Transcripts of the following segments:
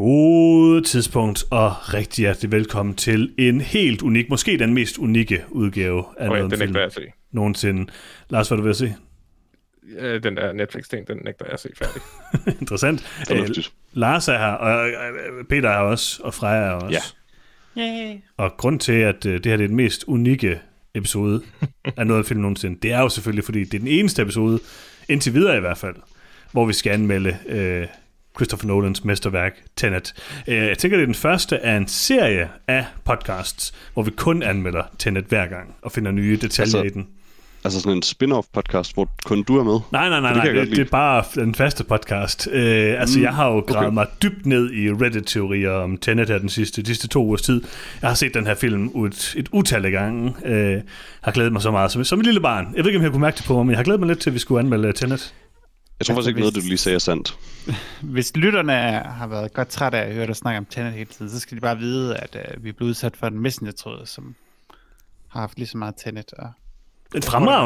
God tidspunkt, og rigtig hjertelig velkommen til en helt unik, måske den mest unikke udgave af noget den film nægter jeg at se. Nogensinde. Lars, hvad du vil at se? Den der Netflix-ting, den nægter jeg at se færdig. Interessant. Lars er her, og Peter er her også, og Freja er også. Ja. Yay. Og grund til, at det her er den mest unikke episode af noget film nogensinde, det er jo selvfølgelig, fordi det er den eneste episode, indtil videre i hvert fald, hvor vi skal anmelde Christopher Nolans mesterværk Tenet. Jeg tænker, det er den første af en serie af podcasts, hvor vi kun anmelder Tenet hver gang, og finder nye detaljer i den. Altså sådan en spin-off podcast, hvor kun du er med? Nej, det er bare den faste podcast. Jeg har jo gravet mig dybt ned i Reddit-teorier om Tenet her de sidste 2 ugers tid. Jeg har set den her film et utal af gange. Har glædet mig så meget som et lille barn. Jeg ved ikke, om jeg kunne mærke det på mig, men jeg har glædet mig lidt til, at vi skulle anmelde Tenet. Jeg tror faktisk ikke noget, du lige sagde er sandt. Hvis lytterne har været godt trætte af at høre dig snakke om Tenet hele tiden, så skal de bare vide, at vi er blevet udsat for en messenger-tråd, som har haft lige så meget Tenet. Og den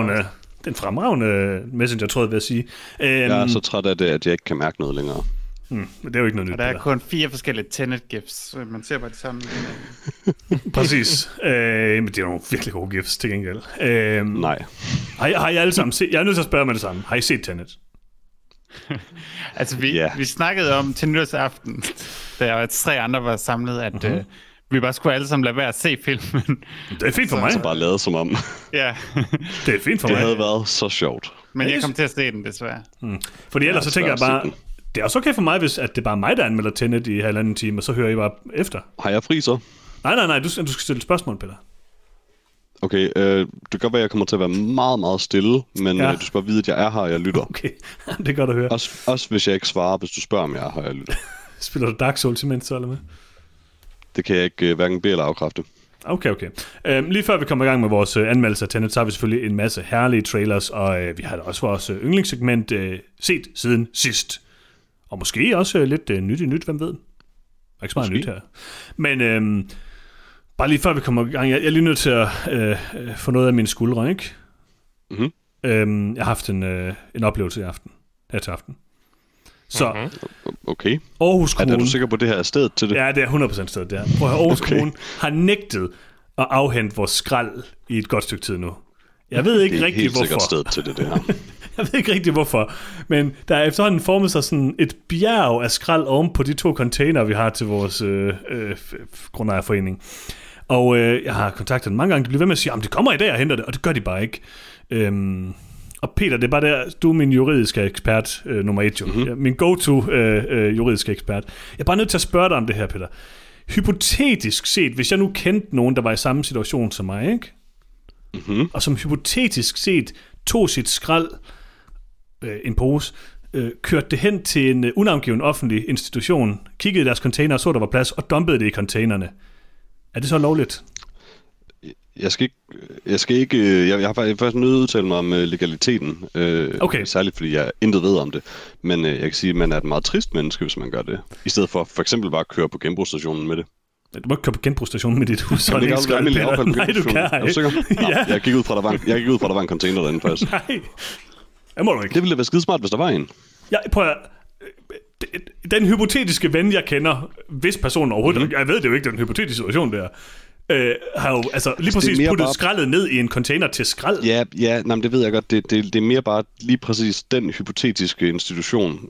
fremragende messenger-tråd, vil jeg sige. Jeg er så træt af det, at jeg ikke kan mærke noget længere. Men det er jo ikke noget nyt. Og der er kun 4 forskellige Tenet-gifs. Man ser bare det samme. Præcis. Men det er nogle virkelig gode gifs til gengæld. Nej. Har I alle sammen set? Jeg er nødt til at spørge mig det samme. Har I set Tenet? Altså, vi snakkede om til nytårsaften, da 3 andre var samlet, at vi bare skulle alle sammen lade være at se filmen. Det er fint for mig. Så bare lade som om. Ja. Det er fint for mig. Det havde været så sjovt. Men jeg kom til at se den, desværre. Fordi ellers så tænker jeg bare, det er også okay for mig, hvis at det er bare mig, der anmelder Tenet i 1,5 time, og så hører I bare efter. Har jeg fri så? Nej, du skal stille spørgsmål, Peter. Okay, det kan godt være, at jeg kommer til at være meget, meget stille, men du skal bare vide, at jeg er her, og jeg lytter. Okay, det er godt at høre. Også hvis jeg ikke svarer, hvis du spørger, om jeg er her, og jeg lytter. Spiller du Dark Souls imens så, eller hvad? Det kan jeg ikke hverken bede eller afkræfte. Okay. Lige før vi kommer i gang med vores anmeldelse af Tenet, så har vi selvfølgelig en masse herlige trailers, og vi har da også vores yndlingssegment set siden sidst. Og måske også lidt nyt, hvem ved? Der er ikke så meget nyt her. Men bare lige før vi kommer i gang, jeg er lige nødt til at få noget af mine skuldre, ikke? Mm-hmm. Jeg har haft en oplevelse her til aften. Så, okay. Aarhus Kommune... Er du sikker på, det her er stedet til det? Ja, det er 100% stedet, det er. Prøv at høre, Aarhus Kommune har nægtet at afhente vores skrald i et godt stykke tid nu. Jeg ved ikke rigtig, hvorfor. Det er helt sikkert stedet til det her. Jeg ved ikke rigtig, hvorfor. Men der er efterhånden formet sig sådan et bjerg af skrald oven på de 2 container, vi har til vores grundejerforening. Og jeg har kontaktet dem mange gange. De bliver ved med at sige, at det kommer i dag og henter det, og det gør de bare ikke. Og Peter, det er bare der, du er min juridiske ekspert nummer 1, jo. Min go-to juridiske ekspert. Jeg er bare nødt til at spørge dig om det her, Peter. Hypotetisk set, hvis jeg nu kendte nogen, der var i samme situation som mig, ikke? Og som hypotetisk set tog sit skrald, en pose, kørte det hen til en unavngiven offentlig institution, kiggede i deres container, så der var plads, og dumpede det i containerne. Er det så lovligt? Jeg har faktisk nødt til at udtale mig om legaliteten, særligt fordi jeg intet ved om det, men jeg kan sige, at man er et meget trist menneske, hvis man gør det, i stedet for eksempel bare at køre på genbrugsstationen med det. Du må ikke køre på genbrugsstationen med dit hus. Nej, du kan. Er du sikker? Ja. Jeg gik ud fra, der var en container derinde faktisk. Nej, det må du ikke. Det ville være skidesmart, hvis der var en. Ja, prøv at... Den hypotetiske ven, jeg kender, hvis personen overhovedet... Jeg ved det jo ikke, den hypotetiske situation der... har jo altså lige præcis puttet skraldet ned i en container til skrald. Ja, men det ved jeg godt. Det er mere bare lige præcis den hypotetiske institution.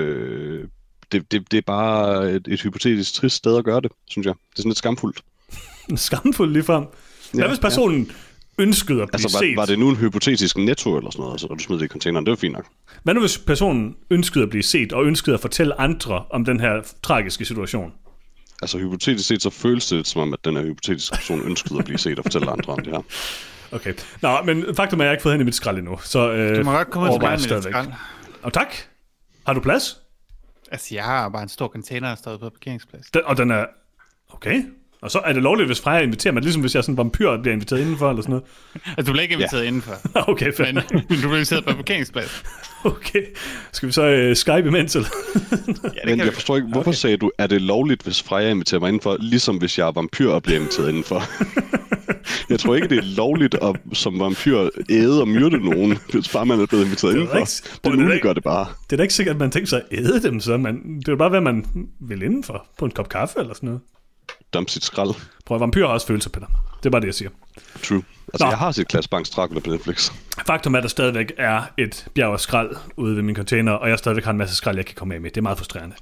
Det er bare et hypotetisk trist sted at gøre det, synes jeg. Det er sådan lidt skamfuldt. Skamfuldt ligefrem. Hvad hvis personen ønskede at blive set? Var det nu en hypotetisk netto eller sådan noget, altså, og du smed det i containeren? Det var fint nok. Hvad nu hvis personen ønskede at blive set, og ønskede at fortælle andre om den her tragiske situation? Altså hypotetisk set, så føles det som om, at den her hypotetiske person ønskede at blive set og fortælle andre om det her. Okay. Nå, men faktum er, at jeg ikke fået hen i mit skrald endnu. Så, du må godt komme ud til mig med dit skrald. Og tak. Har du plads? Altså, jeg har bare en stor container, der står på parkeringsplads. Og den er... Okay. Og så er det lovligt, hvis Freja inviterer mig, ligesom hvis jeg er sådan en vampyr, og bliver inviteret indenfor, eller sådan noget. Altså, du bliver ikke inviteret indenfor. Okay, fair. Men du bliver inviteret på parkeringsplads. Okay. Skal vi så Skype imens, eller? Men jeg forstår ikke, hvorfor sagde du, er det lovligt, hvis Freja inviterer mig indenfor, ligesom hvis jeg er vampyr og bliver inviteret indenfor? Jeg tror ikke, det er lovligt at som vampyr æde og myrde nogen, hvis bare man er blevet inviteret indenfor. Det muliggør det bare. Det er da ikke sikkert, at man tænker sig at æde dem, så det er jo bare, hvad man vil indenfor. På en kop kaffe eller sådan noget. Dump sit skrald. Prøv at vampyr har også følelser, Peter. Det er bare det, jeg siger. True. Altså, jeg har set Claes Bangs Dracula på Netflix. Faktum er, at der stadigvæk er et bjerg af skrald ude ved min container, og jeg stadigvæk har en masse skrald, jeg kan komme af med. Det er meget frustrerende.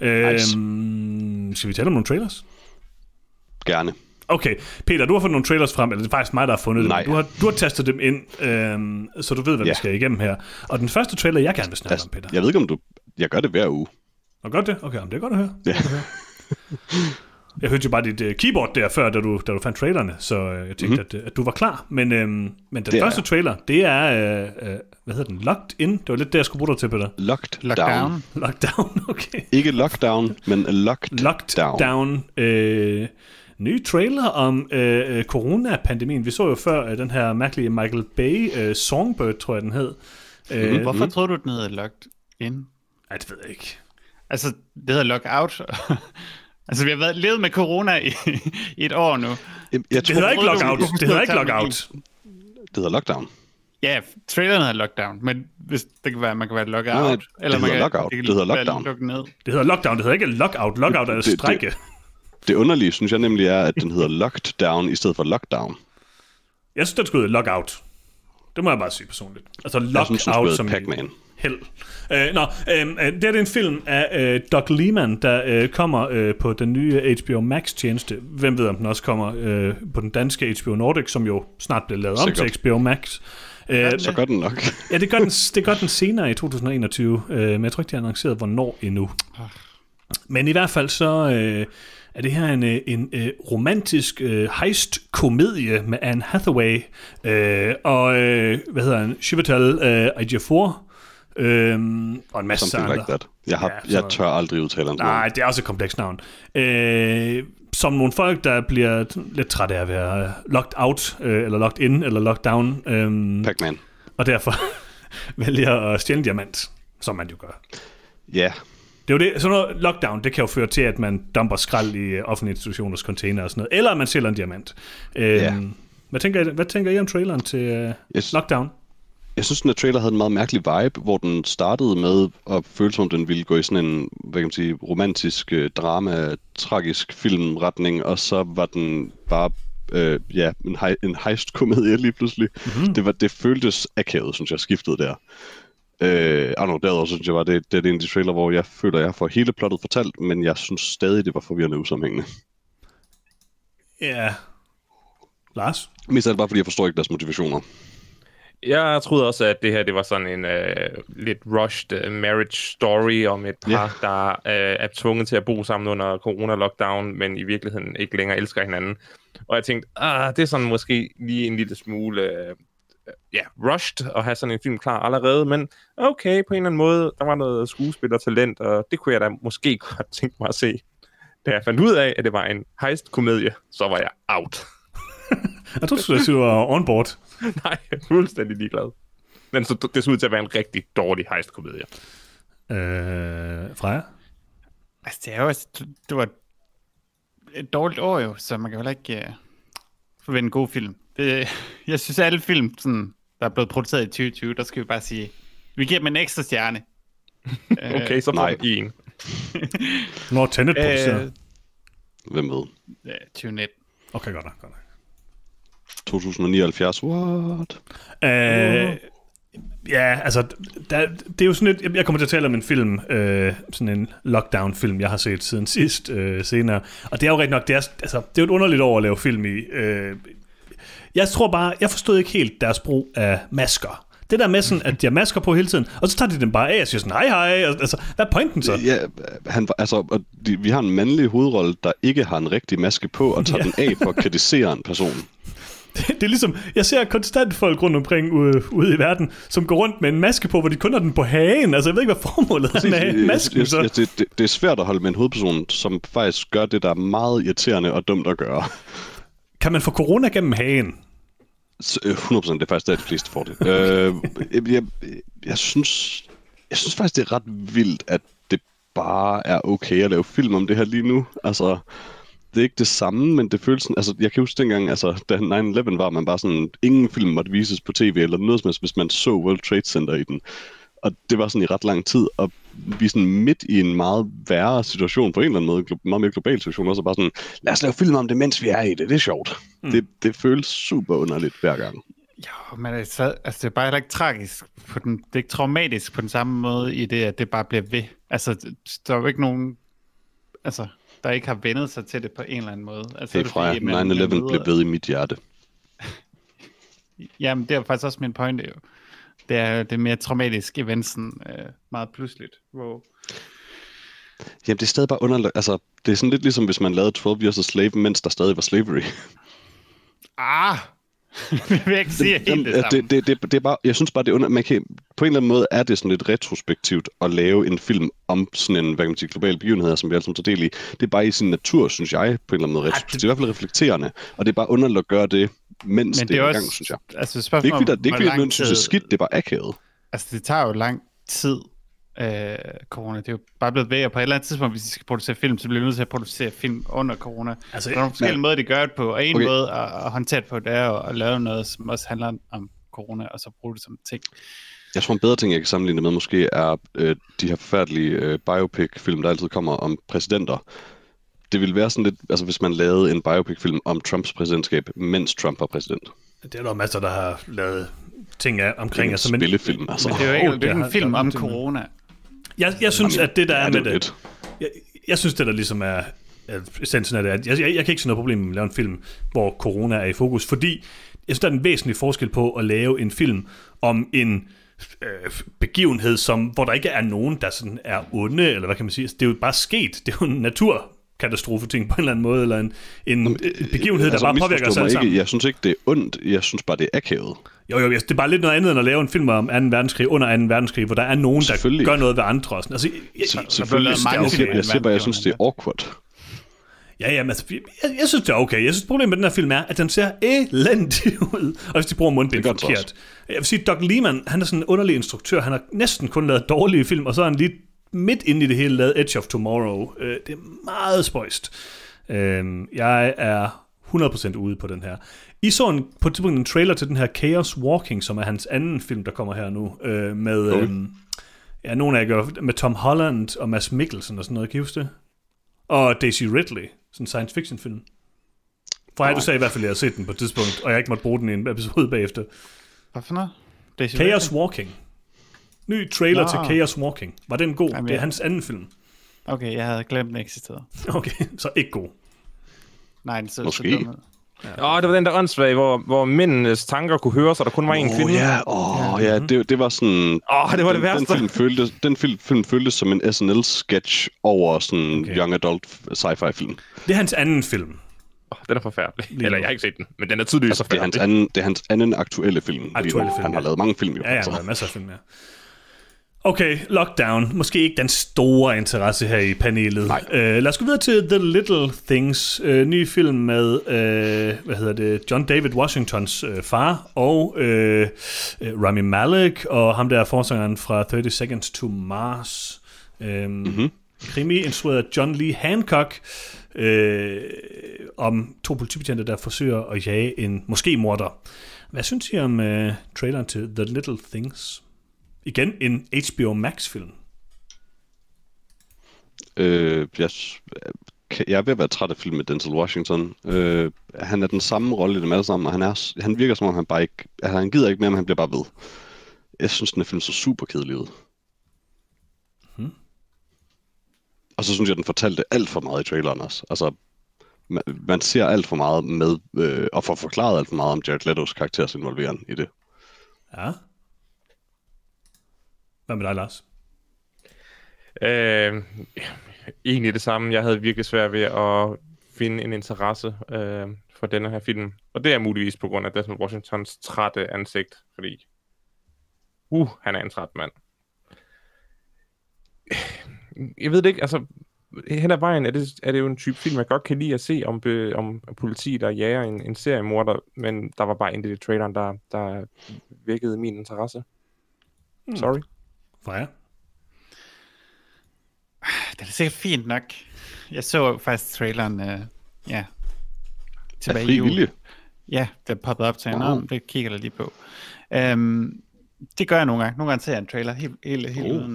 Skal vi tale om nogle trailers? Gerne. Okay, Peter, du har fået nogle trailers frem, eller det er faktisk mig, der har fundet dem. Du har tastet dem ind, så du ved, hvad vi skal igennem her. Og den første trailer, jeg gerne vil snakke om, Peter. Jeg ved ikke, om jeg gør det hver uge. Og gør det? Okay, det er godt at høre. Ja. Jeg hørte jo bare dit keyboard der før, da du fandt trailerne, så jeg tænkte, at du var klar. Men den første trailer, det er, hvad hedder den? Locked In? Det var lidt det, jeg skulle bruge dig til, Peter. Lockdown. Lockdown, okay. Ikke lockdown, men lockdown. Ny trailer om coronapandemien. Vi så jo før den her mærkelige Michael Bay Songbird, tror jeg, den hed. Hvorfor tror du, den hedder Locked In? Ej, det ved jeg ikke. Altså, det hedder Lockout. Altså, vi har levet med corona i et år nu. Det hedder ikke Lockout. Det hedder ikke Lockout. Det hedder Lockdown. Ja, traileren hedder Lockdown, men hvis det kan være, man kan være Lockout. Nej, eller det hedder Lockout. Det hedder Lockdown. Det hedder Lockdown, det hedder ikke Lockout. Lockout er strække. Det underlige, synes jeg nemlig er, at den hedder Lockdown i stedet for Lockdown. Jeg synes, den skulle hedde Lockout. Det må jeg bare sige personligt. Altså Lockout som Pac-Man. Held. Det er en film af Doug Liman, der kommer på den nye HBO Max-tjeneste. Hvem ved, om den også kommer på den danske HBO Nordic, som jo snart bliver lavet om til HBO Max. Så gør den nok. Ja, det gør den senere i 2021, men jeg tror ikke, de har annonceret, hvornår endnu. Men i hvert fald så er det her en romantisk heist-komedie med Anne Hathaway og hvad hedder han? Chiwetel Ejiofor og en masse andre. Like jeg tør aldrig udtale hans navn. Nej, det er også et komplekst navn. Som nogle folk, der bliver lidt trætte af at være locked out, eller locked in, eller locked down. Pac-Man. Og derfor vælger at stjæle en diamant, som man jo gør. Ja. Yeah. Det er jo det, sådan noget lockdown, det kan jo føre til, at man dumper skrald i offentlige institutioners container og sådan noget, eller at man sælger en diamant. Hvad tænker I om traileren til Lockdown? Jeg synes, den her trailer havde en meget mærkelig vibe, hvor den startede med at føle som om den ville gå i sådan en, hvad kan man sige, romantisk drama, tragisk filmretning, og så var den bare en heist-komedie lige pludselig. Mm-hmm. Det føltes akavet, synes jeg, skiftede der. Derudover synes jeg bare, det er en af de trailer, hvor jeg føler, at jeg får hele plottet fortalt, men jeg synes stadig, det var forvirrende usammenhængende. Ja. Lars? Mest er det bare, fordi jeg forstår ikke deres motivationer. Jeg troede også, at det her det var sådan en lidt rushed marriage story om et par, der er tvunget til at bo sammen under corona-lockdown, men i virkeligheden ikke længere elsker hinanden. Og jeg tænkte, det er sådan måske lige en lille smule rushed at have sådan en film klar allerede, men okay, på en eller anden måde, der var noget skuespillertalent, og det kunne jeg da måske godt tænke mig at se. Da jeg fandt ud af, at det var en heist-komedie, så var jeg out. Jeg troede, du var on board. Nej, jeg er fuldstændig ligeglad. Men så det så ud til at være en rigtig dårlig heist-komedie. Freja? Altså, det var et dårligt år jo, så man kan heller ikke forvente en god film. Jeg synes, at alle film, sådan, der er blevet produceret i 2020, der skal vi bare sige, vi giver dem en ekstra stjerne. Okay, så nej. En. Når Tenet produceret? Hvem ved? 2019. Okay, godt nok. 2079, what? Ja, altså, det er jo sådan et, jeg kommer til at tale om en film, sådan en lockdown-film, jeg har set siden sidst, senere, og det er jo rigtig nok, det er jo et underligt år at lave film i. Jeg tror bare, jeg forstod ikke helt deres brug af masker. Det der med sådan, at de har masker på hele tiden, og så tager de dem bare af og siger sådan, hej, altså, hvad er pointen så? Ja, vi har en mandlig hovedrolle, der ikke har en rigtig maske på, og tager den af for at kritisere en person. Det er ligesom, jeg ser konstant folk rundt omkring ude i verden, som går rundt med en maske på, hvor de kun har den på hagen. Altså, jeg ved ikke, hvad formålet er med masken. Det er svært at holde med en hovedperson, som faktisk gør det, der er meget irriterende og dumt at gøre. Kan man få corona gennem hagen? 100%, det er faktisk det, de fleste får det. Jeg synes faktisk, det er ret vildt, at det bare er okay at lave film om det her lige nu. Altså, det er ikke det samme, men det føles sådan... Altså, jeg kan huske dengang, da 9/11 var, man bare sådan... Ingen film måtte vises på tv eller noget som helst, hvis man så World Trade Center i den. Og det var sådan i ret lang tid, og vi er sådan midt i en meget værre situation på en eller anden måde, meget mere global situation, og så bare sådan, lad os lave film om det, mens vi er i det er sjovt. Det føles super underligt hver gang. Jo, men altså, det er bare heller ikke tragisk, det er ikke traumatisk på den samme måde i det, at det bare bliver ved. Altså, der er jo ikke nogen, altså, der ikke har vendet sig til det på en eller anden måde. Altså, det er fra 9/11 blev ved i mit hjerte. Jamen, det er faktisk også min pointe jo. Det er mere traumatisk eventsen meget pludseligt. Wow. Jamen, det er stadig bare underligt. Altså, det er sådan lidt ligesom, hvis man lavede 12 Years a Slave, mens der stadig var slavery. Det vil jeg ikke sige helt det samme. Det er bare, jeg synes bare, det er man kan, på en eller anden måde er det sådan lidt retrospektivt at lave en film om sådan en, hvad kan man sige, global begivenhed, som vi alle sammen tager del i. Det er bare i sin natur, synes jeg, på en eller anden måde retrospektivt. Det er i hvert fald reflekterende, og det er bare underligt at gøre det, mens det er i gang, synes jeg. Altså, det er ikke fordi, at nogen synes, det er skidt, det er bare akavet. Altså, det tager jo lang tid, corona. Det er jo bare blevet ved, og på et eller andet tidspunkt, hvis de skal producere film, så bliver de nødt til at producere film under corona. Altså, der er nogle forskellige måder, de gør det på, og en måde at håndtere det på, det er at lave noget, som også handler om corona, og så bruge det som ting. Jeg tror, en bedre ting, jeg kan sammenligne med, måske er de her forfærdelige biopic-film, der altid kommer om præsidenter. Det ville være sådan lidt, altså hvis man lavede en biopic-film om Trumps præsidentskab, mens Trump var præsident. Det er der masser, der har lavet ting af omkring. Altså, spillefilm, altså. Men det er jo ikke en film om corona. Jeg synes, at det der er med det... Jeg synes, det der ligesom er essensen af det, at jeg kan ikke se noget problem med at lave en film, hvor corona er i fokus, fordi jeg synes, der er en væsentlig forskel på at lave en film om en begivenhed, hvor der ikke er nogen, der sådan er onde, eller hvad kan man sige. Det er jo bare sket. Det er jo en naturkatastrofe-ting på en eller anden måde, eller en begivenhed, der bare påvirker os alle sammen. Jeg synes ikke, det er ondt. Jeg synes bare, det er akavet. Jo, det er bare lidt noget andet, end at lave en film om 2. verdenskrig, under 2. verdenskrig, hvor der er nogen, der gør noget ved andre. Altså, selvfølgelig. Jeg siger bare, jeg synes, det er awkward. Ja, men altså, jeg synes, det er okay. Jeg synes, problemet med den her film er, at den ser elendig ud. Og hvis de bruger mundbind forkert. Jeg vil sige, Doug Liman, han er sådan en underlig instruktør. Han har næsten kun lavet dårlige film, og så er han lige midt inde i det hele lavet Edge of Tomorrow. Det er meget spøjst. Jeg er 100% ude på den her. I så på et tidspunkt en trailer til den her Chaos Walking, som er hans anden film, der kommer her nu, med nogle af jer med Tom Holland og Mads Mikkelsen og sådan noget. Kan I huske det? Og Daisy Ridley, sådan en science fiction film. For du sagde i hvert fald, at jeg har set den på et tidspunkt, og jeg ikke måtte bruge den i en episode bagefter. Hvad for noget? Chaos Walking. Ny trailer til Chaos Walking. Var den god? Jamen, det er hans anden film. Okay, jeg havde glemt, den eksisterede. Okay, så ikke god. Nej, den så måske. Det var den der åndssvage, hvor mændenes tanker kunne høre, så der kun var en kvinde. Ja, det var sådan... det var det værste. Den film føltes som en SNL-sketch over sådan young adult sci-fi film. Det er hans anden film. Den er forfærdelig. Eller jeg har ikke set den, men den er tydeligvis forfærdelig. Det er hans anden aktuelle film. Han har lavet mange film jo. Ja, han har lavet masser af film, ja. Okay, Lockdown. Måske ikke den store interesse her i panelet. Lad os gå videre til The Little Things. Ny film med, John David Washingtons far, og Rami Malek, og ham der forsangeren fra 30 Seconds to Mars. Krimi instrueret af John Lee Hancock, om 2 politibetjente, der forsøger at jage en måske-morder. Hvad synes I om traileren til The Little Things? Igen en HBO Max-film. Jeg er ved at være træt af film med Denzel Washington. Han er den samme rolle i dem alle sammen, og han virker som om, han bare ikke... Han gider ikke mere, men han bliver bare ved. Jeg synes, den her film så super kedelig ud. Og så synes jeg, den fortalte alt for meget i traileren også. Altså, man ser alt for meget med, og får forklaret alt for meget om Jared Leto's karakters involvering i det. Ja. Hvad med dig, Lars? Egentlig det samme. Jeg havde virkelig svært ved at finde en interesse for denne her film. Og det er muligvis på grund af Denzel Washingtons trætte ansigt, fordi han er en træt mand. Jeg ved det ikke, altså hen ad vejen er det jo en type film, jeg godt kan lide at se om politi, der jager en seriemorder, men der var bare intet i traileren, der vækkede min interesse. Sorry. Freja? Det er sikkert fint nok. Jeg så faktisk traileren, tilbage i jul. Ja, det poppede op til en det kigger jeg lige på. Det gør jeg nogle gange. Nogle gange ser jeg en trailer helt uden.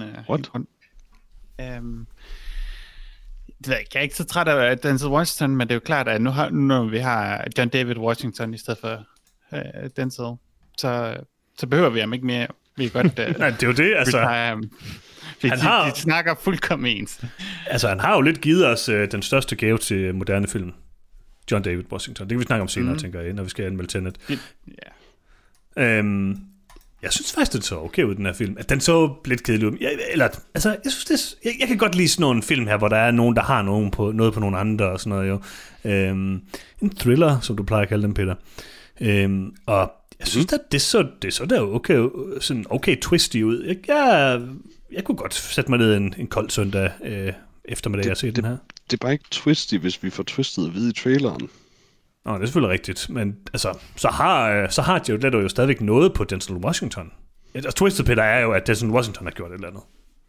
Det ved jeg ikke så træt af Denzel Washington, men det er jo klart, at nu vi har John David Washington i stedet for Denzel, så behøver vi ham ikke mere. Vi kan godt nej, det er jo det, altså. De snakker fuldkommen ens. Altså, han har jo lidt givet os den største gave til moderne film. John David Washington. Det kan vi snakke om senere, tænker jeg, når vi skal anmelde Tenet. Jeg synes faktisk, det så okay ud, den her film. Den så lidt kedelig ud. Jeg synes, jeg kan godt lide sådan nogle film her, hvor der er nogen, der har noget på nogle andre og sådan noget, jo. En thriller, som du plejer at kalde dem, Peter. Og jeg synes, at det så der okay, sådan okay twisty ud. Jeg kunne godt sætte mig ned en kold søndag eftermiddag og se den her. Det er bare ikke twisty, hvis vi får twistet at vide i traileren. Nå, det er selvfølgelig rigtigt, men altså, så har Jared Leto jo stadigvæk noget på Denzel Washington. Altså, twistet, Peter, er jo, at Denzel Washington har gjort et eller andet.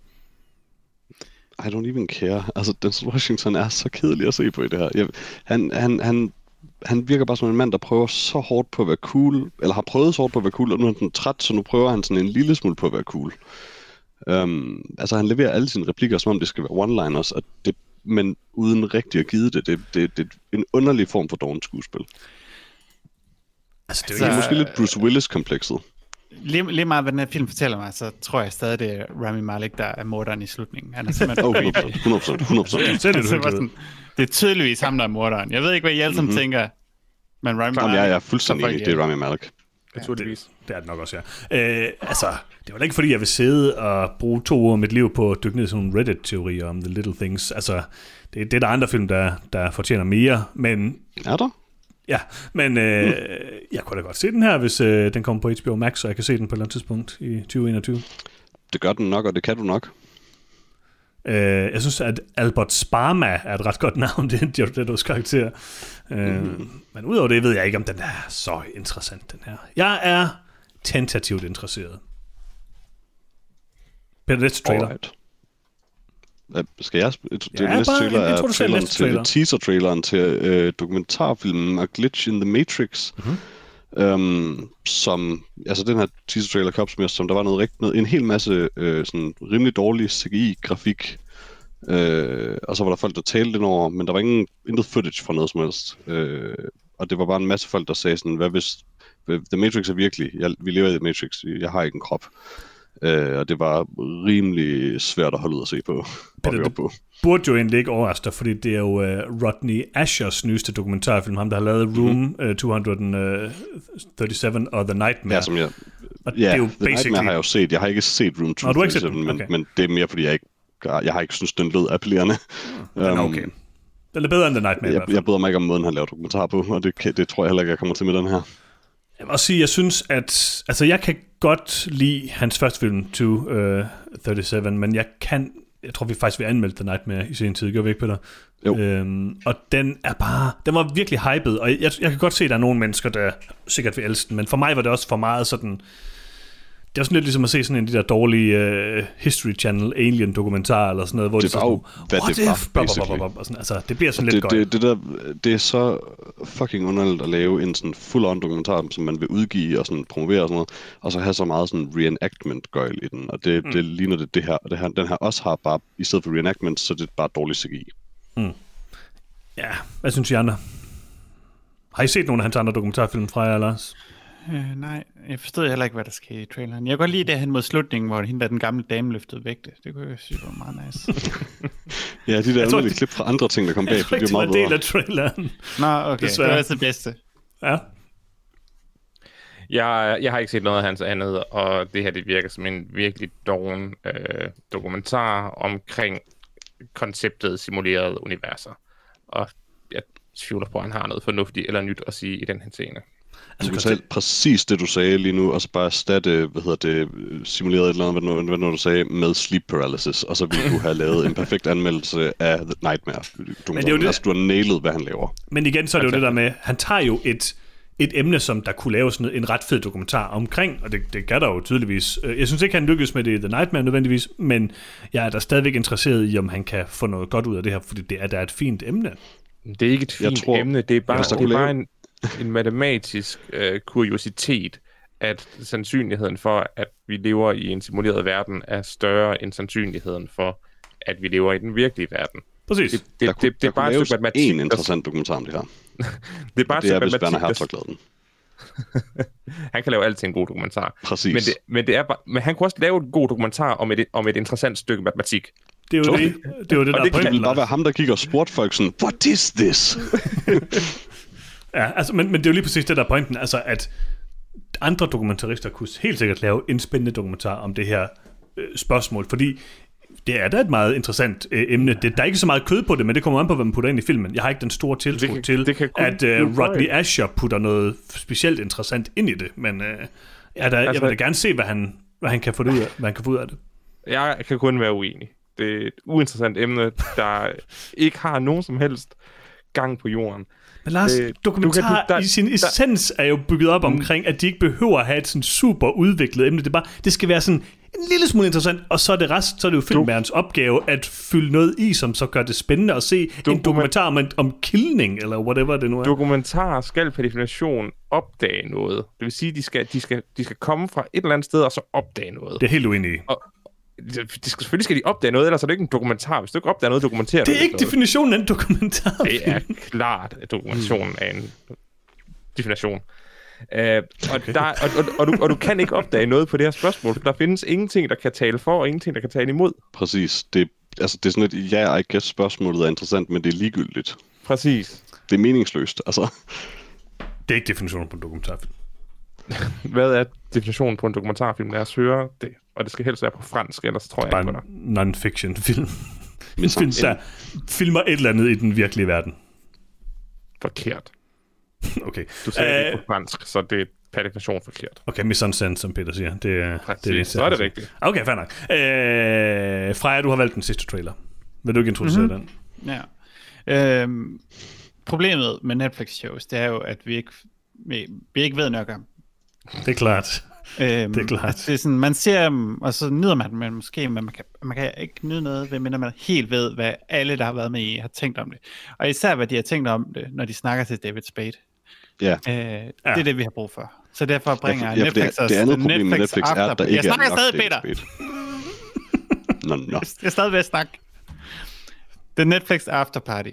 I don't even care. Altså, Denzel Washington er så kedelig at se på i det her. Han virker bare som en mand, der prøver så hårdt på at være cool, eller har prøvet så hårdt på at være cool, og nu er han træt, så nu prøver han sådan en lille smule på at være cool. Altså, han leverer alle sine replikker, som om det skal være one-liners, og men uden rigtig at give det. Det er en underlig form for dårligt skuespil. Altså, det er måske lidt Bruce Willis-komplekset. Lige meget, hvad den her film fortæller mig, så tror jeg stadig, det er Rami Malek, der er morderen i slutningen. Han er simpelthen 100%. Det er tydeligvis ham, der er morderen. Jeg ved ikke, hvad I alle sammen tænker, men Rami Malek... Jeg er fuldstændig enig, det er Rami Malek. Det er det nok også, ja. Altså, det var da ikke, fordi jeg vil sidde og bruge 2 år af mit liv på at dykke ned i sådan nogle Reddit-teorier om The Little Things. Altså, det er der andre film, der fortjener mere, men... Er der? Ja, men jeg kunne da godt se den her, hvis den kommer på HBO Max, så jeg kan se den på et eller andet tidspunkt i 2021. Det gør den nok, og det kan du nok. Jeg synes, at Albert Sparma er et ret godt navn, det er Jared Leto's karakter. Men udover det ved jeg ikke, om den er så interessant, den her. Jeg er tentativt interesseret. Peter, næste trailer. Alright. Skal jeg? Det næste trailer er traileren til teaser-traileren til dokumentarfilmen A Glitch in the Matrix. Som, altså den her teaser-trailer kan opsummeres som, der var en hel masse sådan rimelig dårlig CGI-grafik, og så var der folk, der talte den over, men der var intet footage fra noget som helst. Og det var bare en masse folk, der sagde sådan, hvad hvis The Matrix er virkelig, vi lever i The Matrix, jeg har ikke en krop. Og det var rimelig svært at holde ud at se på. Peter, det burde jo egentlig ikke overraske dig, fordi det er jo Rodney Ashers nyeste dokumentarfilm, ham der har lavet Room 237 og The Nightmare. Ja, som jeg... Og det er jo The Nightmare har jeg jo set. Jeg har ikke set Room 237, men det er mere, fordi jeg har ikke synes, den lød appellerende. Okay. Den er bedre end The Nightmare. Jeg bryder mig ikke om måden, han laver dokumentar på, og det tror jeg heller ikke, jeg kommer til med den her. Jeg vil også sige, jeg synes, at... Altså, jeg kan godt lide hans første film, 237, men jeg tror, vi faktisk vil anmelde The Nightmare i sen tid. Gør vi ikke, Peter? Jo. Og den var virkelig hyped, og jeg kan godt se, at der er nogle mennesker, der sikkert vil elske den, men for mig var det også for meget sådan... Det er sådan lidt ligesom at se sådan en af de der dårlige History Channel Alien dokumentar eller sådan noget, hvor det var jo, hvad det var, altså, det bliver sådan lidt godt. Det er så fucking underligt at lave en sådan full-on dokumentar, som man vil udgive og sådan promovere og sådan noget, og så have så meget sådan reenactment-gøjl i den, og det ligner det her, og den her også har bare, i stedet for reenactment, så det er bare dårlig CGI. Ja, hvad synes I andre? Har I set nogle af hans andre dokumentarfilm fra jer, Lars? Nej, jeg forstod heller ikke, hvad der skete i traileren. Jeg kan godt lide det hen mod slutningen, hvor hende der den gamle dame løftede vægte. Det kunne jeg synes var meget nice. Ja, de der underlige klip fra andre ting, der kom bag, det er meget bedre. Jeg tror ikke, det var en del af traileren. Nå, okay. Desværre. Det var altså det bedste. Ja. Jeg har ikke set noget af hans andet, og det her det virker som en virkelig doven dokumentar omkring konceptet simulerede universer. Og tvivler på, at han har noget fornuftigt eller nyt at sige i den her scene. Altså, du kan tage præcis det, du sagde lige nu, og så bare erstatte, simuleret et eller andet, hvad du sagde, med sleep paralysis, og så ville du have lavet en perfekt anmeldelse af The Nightmare. Altså, du har nailet, hvad han laver. Men igen, så er det jo det der med, han tager jo et emne, som der kunne laves en ret fed dokumentar omkring, og det gør der jo tydeligvis. Jeg synes ikke, han lykkes med det i The Nightmare nødvendigvis, men jeg er da stadigvæk interesseret i, om han kan få noget godt ud af det her, fordi det er da et fint emne. Det er ikke et fint emne, det er bare en matematisk kuriositet, at sandsynligheden for, at vi lever i en simuleret verden, er større end sandsynligheden for, at vi lever i den virkelige verden. Præcis. Det er bare et stykke matematik. En interessant dokumentar om det her. Det er bare et stykke matematik. Det er, hvis Werner Herzog lavede den. Han kan lave altid en god dokumentar. Præcis. Men han kunne også lave en god dokumentar om et interessant stykke matematik. Det er jo det. Det er jo det, der er pointen. Det ville bare være ham, der kigger og spurgte folk sådan, what is this? Ja, altså, men det er jo lige præcis det, der er pointen. Altså, at andre dokumentarister kunne helt sikkert lave en spændende dokumentar om det her spørgsmål, fordi det er da et meget interessant emne. Der er ikke så meget kød på det, men det kommer an på, hvad man putter ind i filmen. Jeg har ikke den store tiltro til, at Rodney Asher putter noget specielt interessant ind i det, men jeg vil da gerne se, hvad han kan få ud af det. Jeg kan kun være uenig. Det er et uinteressant emne, der ikke har nogen som helst gang på jorden. Men Lars, dokumentar i sin essens er jo bygget op omkring, at de ikke behøver at have et sådan super udviklet emne. Det skal være sådan en lille smule interessant, og så er det jo filmværens opgave at fylde noget i, som så gør det spændende at se en dokumentar om kildning, eller whatever det nu er. Dokumentarer skal per definition opdage noget. Det vil sige, de skal komme fra et eller andet sted, og så opdage noget. Det er helt uenig i. Selvfølgelig skal de opdage noget, ellers er det ikke en dokumentar. Hvis du ikke opdager noget, dokumenterer det er ikke definitionen af en dokumentar. Det er klart, at dokumentationen er en definition. Og du kan ikke opdage noget på det her spørgsmål, for der findes ingenting, der kan tale for, og ingenting, der kan tale imod. Præcis. Det er sådan et I guess spørgsmålet er interessant, men det er ligegyldigt. Præcis. Det er meningsløst, altså. Det er ikke definitionen på en dokumentarfilm. Hvad er definitionen på en dokumentarfilm? Lad os høre det. Og det skal helst være på fransk, ellers tror jeg ikke på det. Non-fiction film. En film, der filmer et eller andet i den virkelige verden. Forkert. Okay. Du sagde det på fransk, så det er per definition forkert. Okay, mise-en-scène, som Peter siger. Det så er det rigtigt. Okay, fair nok. Freja, du har valgt den sidste trailer. Vil du ikke introducere den? Ja. Problemet med Netflix-shows, det er jo, at vi ikke ved nok om. Det er klart. Det er klart. Altså, det er sådan, man ser dem, og så nyder man dem måske, men man kan ikke nyde noget, medmindre man helt ved, hvad alle, der har været med i, har tænkt om det. Og især, hvad de har tænkt om det, når de snakker til David Spade. Ja. Det er det, vi har brug for. Så derfor bringer Netflix os det andet problem med Netflix er, at der ikke er nok stadig, Peter. Nå. Jeg er stadig ved at snakke. The Netflix After Party.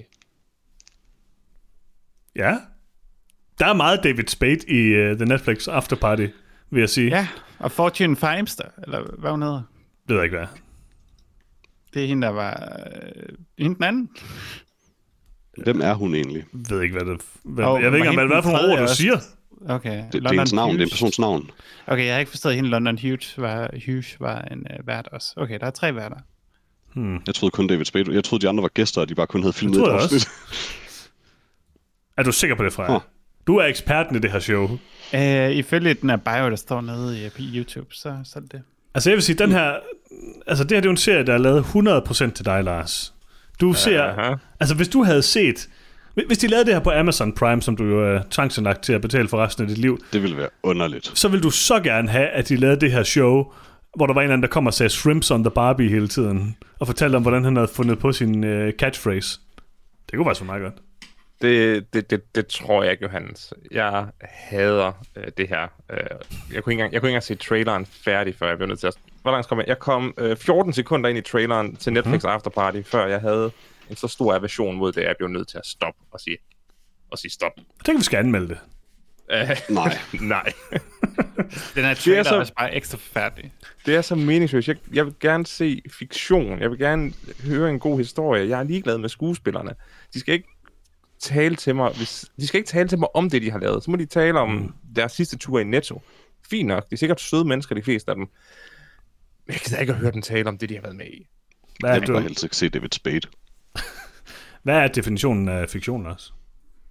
Ja. Der er meget David Spade i The Netflix After Party, vil jeg sige. Ja, og Fortune Feimster, eller hvad hun hedder. Det ved jeg ikke, hvad. Det er hende, der var... hende den anden. Hvem er hun egentlig? Jeg ved ikke, hvad det... jeg ved ikke, hvad for nogle ord, du siger. Okay. Det er hendes navn, det er en persons navn. Okay, jeg har ikke forstået, at hende London Hughes var en vært også. Okay, der er 3 værter. Jeg troede kun David Spade. Jeg troede, de andre var gæster, og de bare kun havde filmet et afsnit. Er du sikker på det, Freja? Du er eksperten i det her show. Ifølge den her bio, der står nede på YouTube, så er det det. Altså jeg vil sige, den her... Altså det her, det er jo en serie, der er lavet 100% til dig, Lars. Du ser... Altså hvis du havde set... Hvis de lavede det her på Amazon Prime, som du jo er tvangsindlagt til at betale for resten af dit liv... Det ville være underligt. Så vil du så gerne have, at de lavede det her show, hvor der var en eller anden, der kom og sagde shrimps on the Barbie hele tiden, og fortalte om, hvordan han havde fundet på sin catchphrase. Det kunne være så meget godt. Det tror jeg ikke, Johannes. Jeg hader det her. Jeg kunne ikke engang se traileren færdig, før jeg blev nødt til at... Hvor langt kom jeg? Jeg kom 14 sekunder ind i traileren til Netflix After Party, før jeg havde en så stor aversion mod det, at jeg blev nødt til at stoppe og sige stop. Jeg tænker, vi skal anmelde det. Nej. Den her trailer er også bare ekstra forfærdelig. Det er så meningsløst. Jeg vil gerne se fiktion. Jeg vil gerne høre en god historie. Jeg er ligeglad med skuespillerne. De skal ikke tale til mig om det, de har lavet. Så må de tale om deres sidste tur i Netto. Fint nok. De er sikkert søde mennesker, de fleste af dem. Men jeg kan ikke høre den tale om det, de har været med i. Jeg vil bare helst ikke se David Spade. Hvad er definitionen af fiktion også?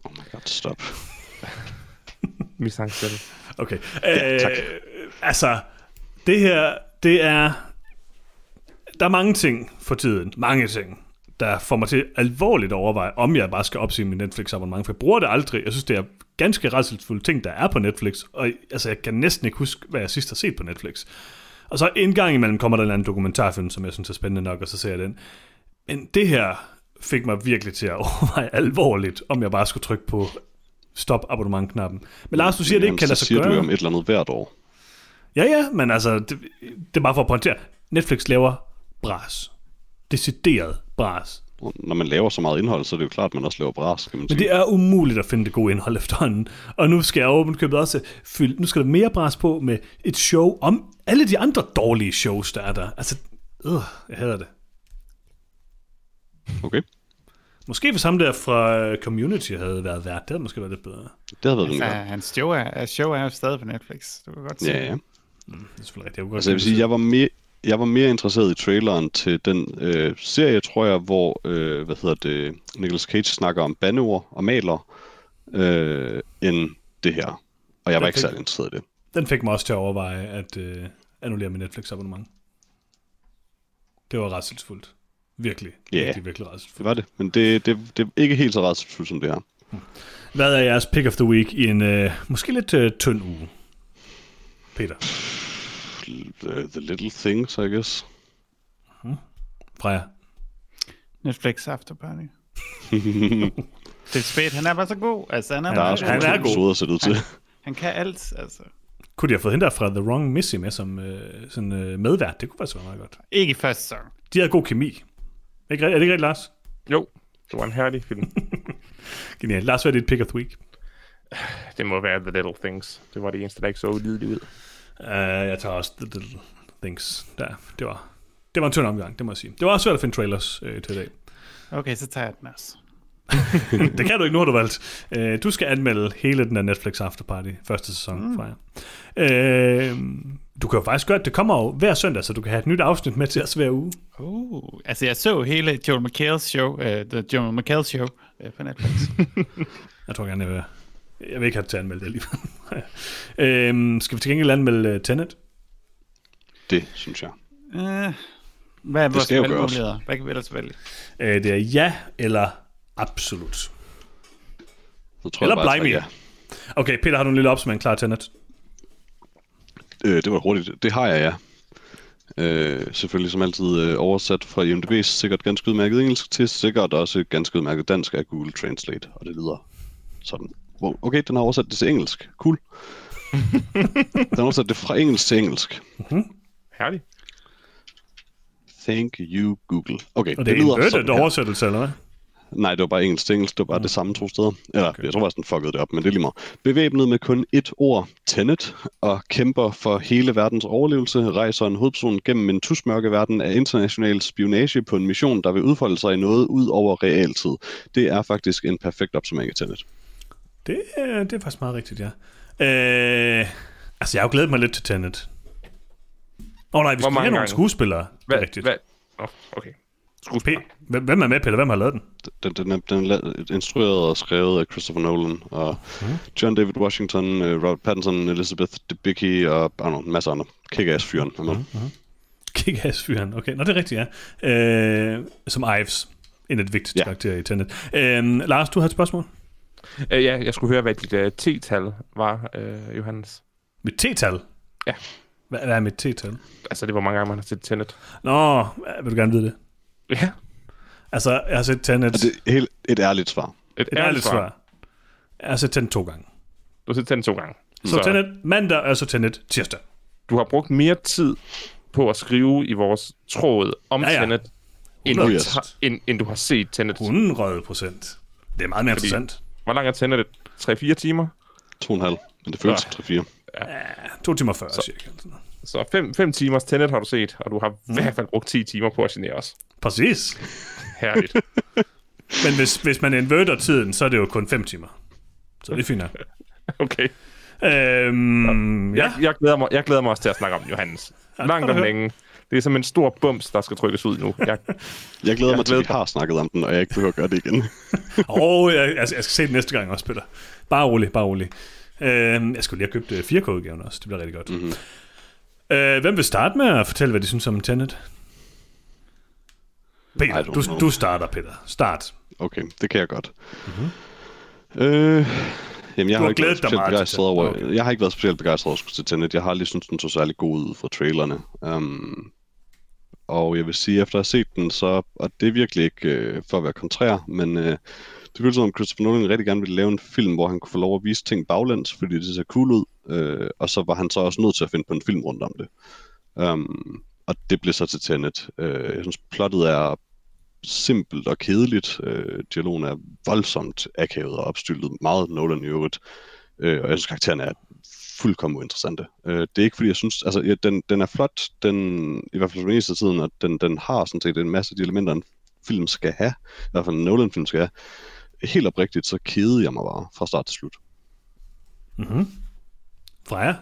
Oh my god, stop. Misang selv. Okay. Tak. Altså, det her, det er... Der er mange ting for tiden. Mange ting, der får mig til alvorligt at overveje, om jeg bare skal opsige min Netflix-abonnement. For jeg bruger det aldrig. Jeg synes, det er ganske rædselsfulde ting, der er på Netflix. Og altså, jeg kan næsten ikke huske, hvad jeg sidst har set på Netflix. Og så en gang imellem kommer der en anden dokumentarfilm, som jeg synes er spændende nok, og så ser jeg den. Men det her fik mig virkelig til at overveje alvorligt, om jeg bare skulle trykke på stop abonnement-knappen. Men Lars, du siger, det ikke kan lade sig gøre. Så siger du om et eller andet hvert år. Ja, men altså, det er bare for at pointere. Netflix laver bras. Decideret bras. Når man laver så meget indhold, så er det jo klart, at man også laver bras, kan man sige. Men det er umuligt at finde det gode indhold efterhånden. Og nu skal jeg åbenkøbet også fylde. Nu skal der mere bras på med et show om alle de andre dårlige shows, der er der. Altså, jeg hader det. Okay. Måske hvis ham der fra Community havde været vært, det havde måske været lidt bedre. Det havde været altså, hans show er jo stadig på Netflix. Du kan godt se. Ja. Det er selvfølgelig rigtigt. Altså jeg vil sige, jeg var mere interesseret i traileren til den serie, tror jeg, hvor Nicolas Cage snakker om bandeord og maler, end det her. Og jeg var ikke særlig interesseret i det. Den fik mig også til at overveje at annullere min Netflix-abonnement. Det var rædselsfuldt. Virkelig rædselsfuldt. Det var det, men det er ikke helt så rædselsfuldt som det her. Hvad er jeres pick of the week i en måske lidt tynd uge? Peter? The Little Things, I guess. Freja? Netflix After Party. Det er spæt, han er bare så god. Altså, han er god. Han kan alt, altså. Kunne de have fået hende der fra The Wrong Missy med som sådan medvært? Det kunne faktisk være meget godt. Ikke i første sæson. De har god kemi. Er det ikke rigtigt, Lars? Jo, det var en herlig film. Genialt. Lars, hvad er dit pick of the week? Det må være The Little Things. Det var det eneste, der ikke så ulideligt ud. Jeg tager også The Little Things. Det var en tynd omgang, det må jeg sige. Det var også svært at finde trailers til i dag. Okay, så tager jeg den også. Det kan du ikke, nu har du valgt. Du skal anmelde hele den der Netflix After Party første sæson fra jer. Du kan jo faktisk gøre, det kommer jo hver søndag, så du kan have et nyt afsnit med til os hver uge. Altså jeg så hele Joel McHale's show, The Joel McHale Show på Netflix. Jeg tror gerne, jeg vil ikke have det til at anmelde det alligevel. Skal vi til gengæld anmelde Tenet? Det synes jeg. Hvad er vores valgmuligheder? Hvad kan vi ellers vælge? Det er ja eller absolut. Eller blimey. Ja. Okay, Peter, har du en lille opsummering klar til Tenet? Det var hurtigt. Det har jeg, ja. Selvfølgelig som altid oversat fra IMDb's sikkert ganske udmærket engelsk til sikkert også ganske udmærket dansk af Google Translate. Og det lyder sådan. Wow, okay, den har oversat det til engelsk. Cool. Den har oversat det fra engelsk til engelsk. Herligt. Thank you, Google. Okay, og det er inverted oversættelse, eller hvad? Nej, det var bare engelsk til engelsk. Det var bare det samme to steder. Eller, okay. Jeg tror faktisk, den fuckede det op, men det er lige meget. Bevæbnet med kun ét ord, Tenet, og kæmper for hele verdens overlevelse, rejser en hovedperson gennem en tusmørke verden af international spionage på en mission, der vil udfolde sig i noget ud over realtid. Det er faktisk en perfekt opsummering af Tenet. Det er faktisk meget rigtigt, ja. Altså, jeg har jo glædet mig lidt til Tenet. Nej, vi skal have nogle skuespillere. Det er rigtigt. Okay. Hvem er med, Peter? Hvem har lavet den? Den er instrueret og skrevet af Christopher Nolan og John David Washington, Robert Pattinson, Elizabeth Debicki og en masse andre. Kick-ass-fyren. Kick-ass-fyren, okay. Nå, det er rigtigt, ja. Som Ives. En af de vigtigste karakterer i Tenet. Lars, du har et spørgsmål? Ja, jeg skulle høre, hvad dit T-tal var, Johannes. Mit T-tal? Ja. Hvad er mit T-tal? Altså, det var mange gange, man har set Tenet. Nå, vil du gerne vide det? Ja. Altså, jeg har set Tenet... Det er helt et ærligt svar. Et ærligt svar. Jeg har set Tenet 2 gange. Du har set Tenet 2 gange. Så Tenet mandag, og så Tenet tirsdag. Du har brugt mere tid på at skrive i vores tråd om Tenet, end du har set Tenet. 100%. Det er meget mere interessant. Hvor lang er Tenet? 3-4 timer? 2,5. Men det føles som 3-4. Ja, 2 timer 40 cirka. Så 5 timers Tenet har du set, og du har i hvert fald brugt 10 timer på at genere os. Præcis. Herligt. Men hvis man inverter tiden, så er det jo kun 5 timer. Så det er fint. Okay. Ja. Jeg glæder mig også til at snakke om Johannes. Langt om længe. Det er som en stor bums, der skal trykkes ud nu. Jeg glæder mig til, at vi har snakket om den, og jeg ikke behøver at gøre det igen. Jeg skal se det næste gang også, Peter. Bare rolig. Jeg skulle lige have købt 4K-udgaven også. Det bliver rigtig godt. Mm-hmm. Hvem vil starte med at fortælle, hvad de synes om Tenet? Peter, du starter, Peter. Start. Okay, det kan jeg godt. Mm-hmm. Jamen, jeg har ikke været specielt begejstret over at skulle til Tenet. Jeg har aldrig syntes, den så særlig god ud fra trailerne. Og jeg vil sige, efter at have set den, så og det er virkelig ikke for at være kontrær, men det føles som om Christopher Nolan rigtig gerne ville lave en film, hvor han kunne få lov at vise ting baglæns, fordi det ser cool ud, og så var han så også nødt til at finde på en film rundt om det. Og det blev så til Tenet. Jeg synes, plottet er simpelt og kedeligt. Dialogen er voldsomt akavet og opstyltet, meget Nolan i øvrigt. Og jeg synes, karaktererne er fuldkommen uinteressante. Det er ikke fordi, jeg synes... Altså, den er flot, i hvert fald for mest af tiden, og den har sådan set en masse af de elementer, en film skal have. I hvert fald en Nolan-film skal have. Helt oprigtigt, så kedede jeg mig bare fra start til slut. Mhm. Freja?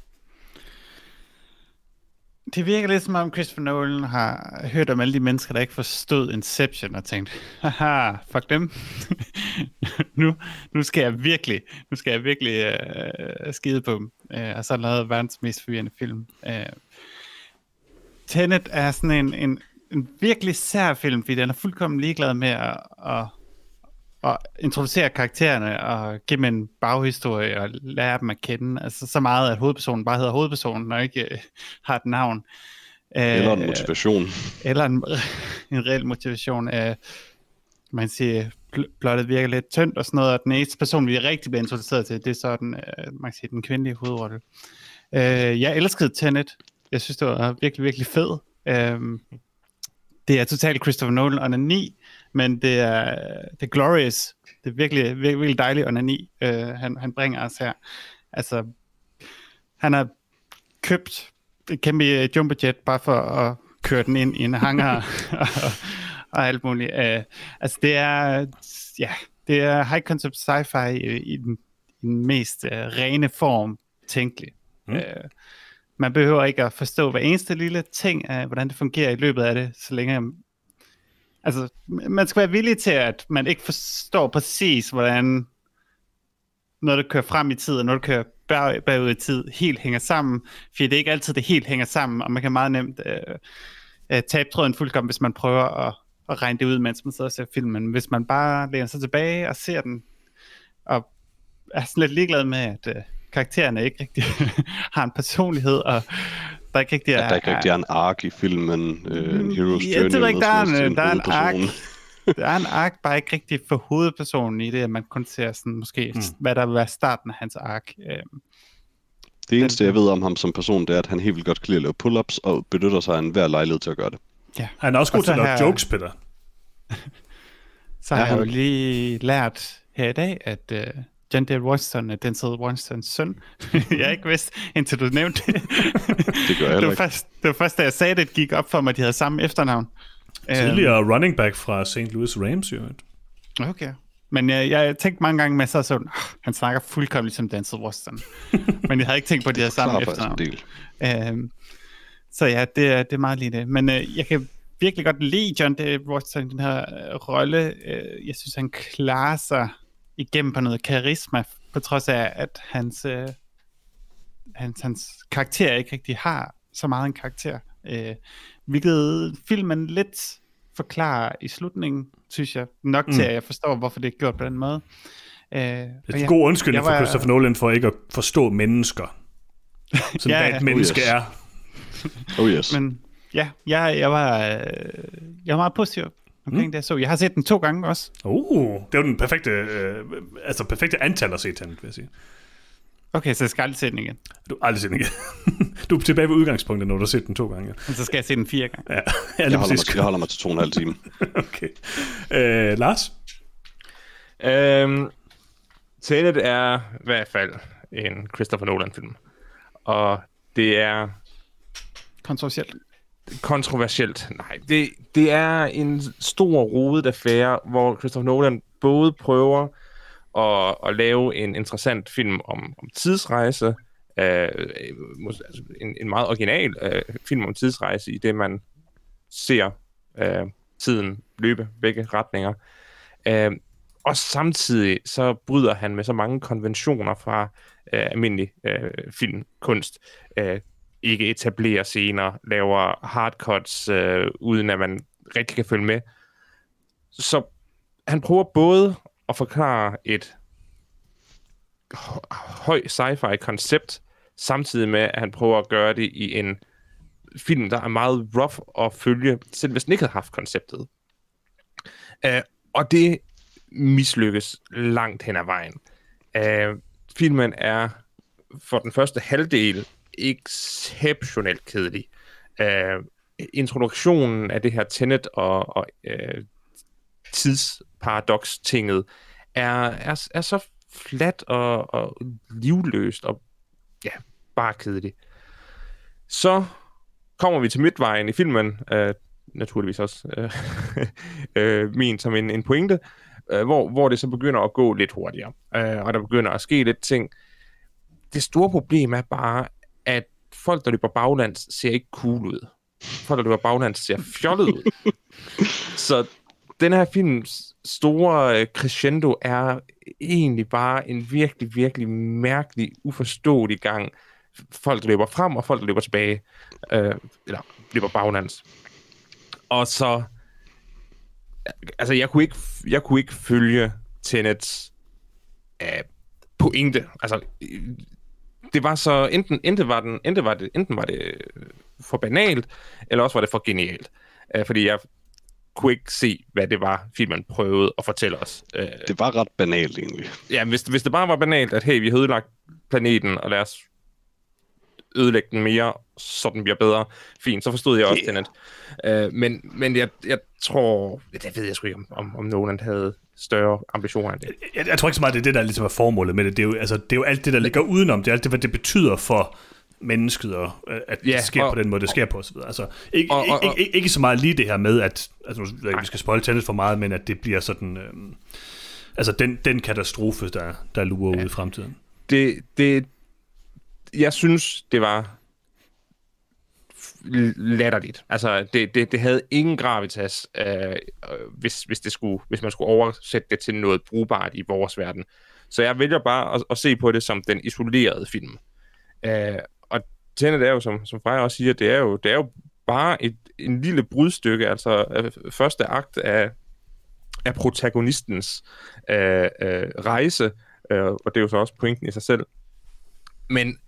Det virker lidt som om Christopher Nolan har hørt om alle de mennesker, der ikke forstod Inception og tænkt, haha, fuck dem. nu skal jeg virkelig skide på dem. Og så lavet verdens mest forvirrende film. Tenet er sådan en virkelig sær film, fordi den er fuldkommen ligeglad med at introducere karaktererne og give dem en baghistorie og lære dem at kende. Altså så meget, at hovedpersonen bare hedder hovedpersonen og ikke har et navn. Eller en motivation. Eller en reel motivation. Man siger, plottet virker lidt tyndt og sådan noget, og den eneste person, vi rigtig bliver introduceret til, det er så den kvindelige hovedrolle. Jeg elskede Tenet. Jeg synes, det var virkelig, virkelig fed. Det er totalt Christopher Nolan onani, men det er glorious. Det er virkelig, virkelig dejligt onani, han bringer os her. Altså, han har købt et kæmpe jumbojet bare for at køre den ind i en hangar og alt muligt. Altså, det er high concept sci-fi i den mest rene form tænkelig. Man behøver ikke at forstå hver eneste lille ting af, hvordan det fungerer i løbet af det, så længe... Altså, man skal være villig til, at man ikke forstår præcis, hvordan noget, der kører frem i tid, og noget, der kører bagud i tid, helt hænger sammen. For det er ikke altid, det helt hænger sammen, og man kan meget nemt tabe tråden fuldkommen, hvis man prøver at regne det ud, mens man sidder og ser filmen. Hvis man bare læner sig tilbage og ser den, og er sådan lidt ligeglad med, at karaktererne ikke rigtig har en personlighed, og der ikke rigtig er... der ikke rigtig er en ark i filmen, en hero's journey. Det er ikke, der er en ark. Der er en ark, bare ikke rigtig for hovedpersonen i det, at man kun ser sådan, måske, hvad der vil være starten af hans ark. Det eneste, jeg ved om ham som person, det er, at han helt vildt godt kan lide at lave pull-ups, og benytter sig af enhver lejlighed til at gøre det. Ja. Han er også god til at lave jokes, Peter. Så har jeg jo lige lært her i dag, at John David Washington er Denzel Washingtons søn. Jeg ikke vidst, indtil du nævnte det. Det gør jeg ikke. Det var først, da jeg sagde det, gik op for mig, at de havde samme efternavn. Tidligere running back fra St. Louis Rams, jo. Okay. Men jeg tænkte mange gange med sådan, han snakker fuldkommen ligesom Denzel Washington. Men jeg havde ikke tænkt på, at de havde samme efternavn. Så ja, det er meget lige det. Men jeg kan virkelig godt lide John David Washington, den her rolle. Jeg synes, han klarer sig igennem på noget karisma, på trods af, at hans karakter ikke rigtig har så meget en karakter. Hvilket filmen lidt forklarer i slutningen, synes jeg. Nok til, at jeg forstår, hvorfor det er gjort på den måde. Det er en god undskyldning for Christopher Nolan for ikke at forstå mennesker. Som hvad et menneske er. Oh yes. Men ja, jeg var meget positiv omkring det, så jeg har set den 2 gange også. Det var den perfekte antal at se den, vil jeg sige. Okay, så jeg skal aldrig se den igen. Du har aldrig set den igen. Du er tilbage ved udgangspunktet, når du har set den 2 gange. Og så skal jeg se den 4 gange. Ja, jeg holder mig til 2,5 timer. Okay. Lars? Tenet er i hvert fald en Christopher Nolan-film. Og det er... Kontroversielt. Nej, det er en stor rodet affære, hvor Christopher Nolan både prøver at lave en interessant film om tidsrejse, Altså en meget original film om tidsrejse, i det man ser tiden løbe begge retninger. Og samtidig så bryder han med så mange konventioner fra almindelig filmkunst. Ikke etablerer scener, laver hardcuts, uden at man rigtig kan følge med. Så han prøver både at forklare et høj sci-fi koncept, samtidig med, at han prøver at gøre det i en film, der er meget rough at følge, selv hvis den ikke havde haft konceptet. Og det mislykkes langt hen ad vejen. Filmen er for den første halvdel exceptionelt kedelig. Introduktionen af det her Tenet og tidsparadoks-tinget er så flat og livløst og ja, bare kedelig. Så kommer vi til midtvejen i filmen, naturligvis også ment som en pointe, hvor det så begynder at gå lidt hurtigere, og der begynder at ske lidt ting. Det store problem er bare, at folk, der løber baglands, ser ikke cool ud. Folk, der løber baglands, ser fjollet ud. Så den her films store crescendo er egentlig bare en virkelig, virkelig mærkelig, uforståelig gang. Folk, der løber frem, og folk, der løber tilbage. Eller løber baglands. Og så... Altså, jeg kunne ikke følge Tenets pointe. Altså, det var så... Enten var det for banalt, eller også var det for genialt. Fordi jeg kunne ikke se, hvad det var, filmen prøvede at fortælle os. Det var ret banalt, egentlig. Ja, hvis det bare var banalt, at hey, vi har ødelagt planeten, og lad os ødelægge den mere, så den bliver bedre. Fint, så forstod jeg også Tenet. Men jeg tror... Det ved jeg sgu ikke, om nogen havde større ambitioner end det. Jeg tror ikke så meget, det er det, der ligesom er formålet med det. Det er jo alt det, der ligger udenom. Det er alt det, hvad det betyder for mennesket, og at det sker på den måde, det sker på osv. Altså, ikke så meget lige det her med, at altså, vi skal spoile Tenet for meget, men at det bliver sådan... altså, den katastrofe, der lurer ud i fremtiden. Jeg synes, det var latterligt. Altså, det havde ingen gravitas, hvis man skulle oversætte det til noget brugbart i vores verden. Så jeg vælger bare at se på det som den isolerede film. Og Tenet er jo, som Freja også siger, det er jo bare en lille brudstykke, altså første akt af protagonistens rejse, og det er jo så også pointen i sig selv. Men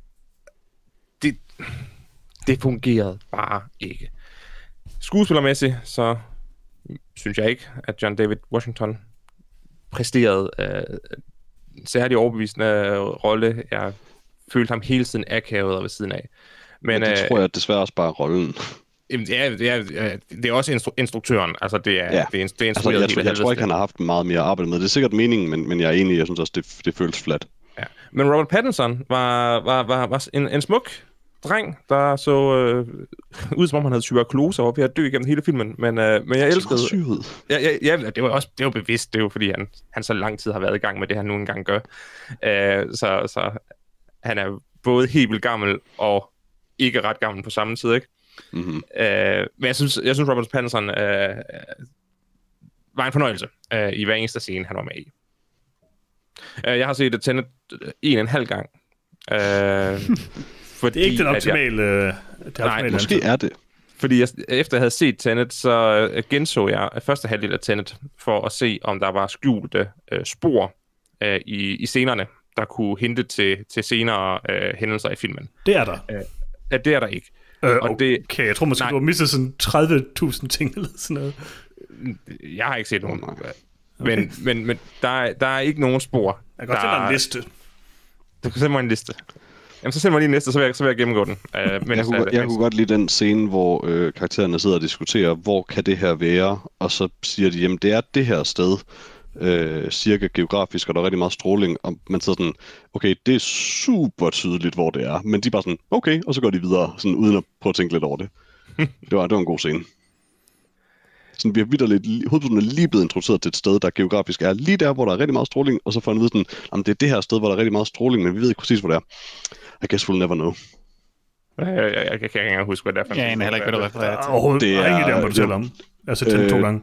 det fungerede bare ikke. Skuespillermæssigt, så synes jeg ikke, at John David Washington præsterede en særlig overbevisende rolle. Jeg følte ham hele tiden akavet og ved siden af. Men det tror jeg desværre også bare rollen. Ja, det er også instruktøren. Altså, det er instrueret altså, jeg tror ikke, han har haft meget mere arbejde med. Det er sikkkult meningen, men jeg er enig. Jeg synes også, det føles flat. Ja. Men Robert Pattinson var en smuk dreng, der så ud som om han havde tuberkulose og var ved at dø igennem hele filmen, men jeg elskede... Ja, det var bevidst, det var fordi han så lang tid har været i gang med det, han nu engang gør. Så han er både helt vildt gammel og ikke ret gammel på samme tid, ikke? Mm-hmm. Men jeg synes Robert Pattinson var en fornøjelse i hver eneste scene, han var med i. Jeg har set Tenet 1,5 gang. Fordi, det er ikke den optimale... Nej, måske er det. Fordi efter jeg havde set Tenet, så genså jeg første halvdel af Tenet, for at se, om der var skjulte spor i scenerne, der kunne hinte til senere hændelser i filmen. Det er der. Det er der ikke. Okay, jeg tror måske, du har mistet sådan 30.000 ting eller sådan noget. Jeg har ikke set nogen. Okay. Men der er ikke nogen spor. Jeg kan godt sende en liste. Du kan sende mig en liste. Jamen, så send mig lige næste, så vil jeg gennemgå den. Jeg kunne godt lide den scene, hvor karaktererne sidder og diskuterer, hvor kan det her være? Og så siger de, jamen det er det her sted, cirka geografisk, og der er rigtig meget stråling. Og man sidder sådan, okay, det er super tydeligt, hvor det er. Men de er bare sådan, okay, og så går de videre, sådan, uden at prøve at tænke lidt over det. Det var en god scene. Sådan, vi har vitterligt, hovedpersonen er lige blevet introduceret til et sted, der geografisk er lige der, hvor der er rigtig meget stråling, og så får han vide sådan, om det er det her sted, hvor der er rigtig meget stråling, men vi ved ikke præcis, hvor det er. I guess we'll never know. Jeg kan ikke engang huske, hvad det er for en film. Jeg heller ikke, hvad du refererer til. Overhovedet. Det er ingen idé om, hvad du taler om. Jeg har set den 2 gange.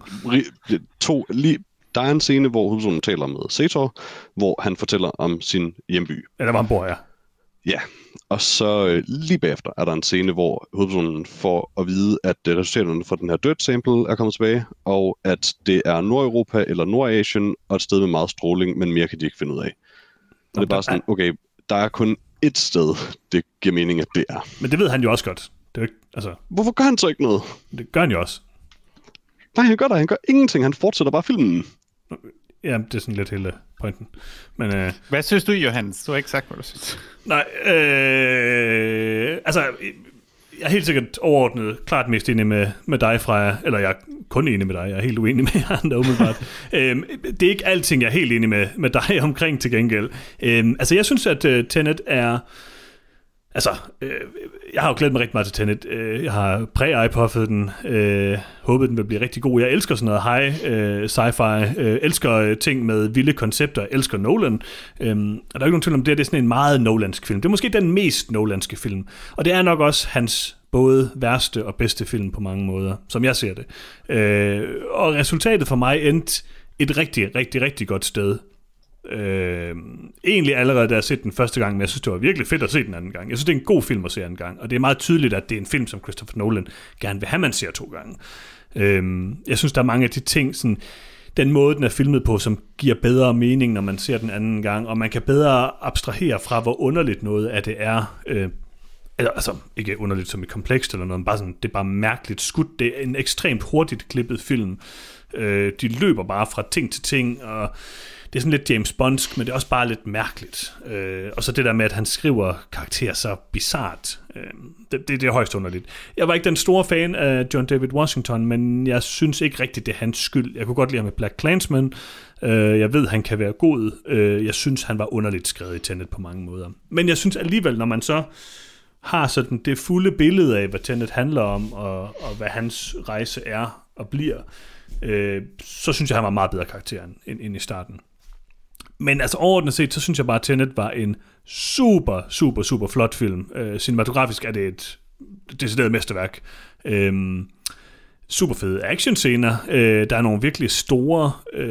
Der er en scene, hvor hovedpersonen taler med Sator, hvor han fortæller om sin hjemby. Ja, der var han bor, ja. Ja, og så lige bagefter er der en scene, hvor hovedpersonen får at vide, at resultaterne fra den her dirt sample er kommet tilbage, og at det er Nordeuropa eller Nordasien, og et sted med meget stråling, men mere kan de ikke finde ud af. Og det er bare sådan, okay, der er kun ét sted, det giver mening, at det er. Men det ved han jo også godt. Det er jo ikke, altså... Hvorfor gør han så ikke noget? Det gør han jo også. Nej, han gør det. Han gør ingenting. Han fortsætter bare filmen. Ja, det er sådan lidt hele pointen. Men, hvad synes du, Johannes? Du har ikke sagt, hvad du synes. Nej, altså, jeg er helt sikkert overordnet klart mest enig med dig, Freja. Eller jeg er kun enig med dig. Jeg er helt uenig med andre, umiddelbart. Det er ikke alting, jeg er helt enig med dig omkring til gengæld. Altså, jeg synes, at Tenet er... Altså, jeg har jo glædet mig rigtig meget til Tenet. Jeg har præ-iPuffet den, håbet, den vil blive rigtig god. Jeg elsker sådan noget high sci-fi, elsker ting med vilde koncepter, elsker Nolan. Og der er ikke nogen tvivl om det er sådan en meget Nolansk film. Det er måske den mest Nolanske film. Og det er nok også hans både værste og bedste film på mange måder, som jeg ser det. Og resultatet for mig endte et rigtig, rigtig, rigtig godt sted. Egentlig allerede da jeg set den første gang, men jeg synes det var virkelig fedt at se den anden gang. Jeg synes det er en god film at se anden gang, og det er meget tydeligt, at det er en film som Christopher Nolan gerne vil have, man ser 2 gange. Jeg synes der er mange af de ting, sådan, den måde den er filmet på, som giver bedre mening, når man ser den anden gang, og man kan bedre abstrahere fra, hvor underligt noget af det er. Altså ikke underligt som et komplekst eller noget, men bare sådan, det er bare mærkeligt skudt. Det er en ekstremt hurtigt klippet film. De løber bare fra ting til ting, og det er sådan lidt James Bondsk, men det er også bare lidt mærkeligt. Og så det der med, at han skriver karakterer så bizart. Det er højst underligt. Jeg var ikke den store fan af John David Washington, men jeg synes ikke rigtigt, det er hans skyld. Jeg kunne godt lide ham med Black Klansman. Jeg ved, han kan være god. Jeg synes, han var underligt skrevet i Tenet på mange måder. Men jeg synes alligevel, når man så har sådan det fulde billede af, hvad Tenet handler om, og hvad hans rejse er og bliver, så synes jeg, han var meget bedre karakter end i starten. Men altså overordnet set, så synes jeg bare, at Tenet var en super, super, super flot film. Cinematografisk er det et decideret mesterværk. Super fede actionscener. Der er nogle virkelig store,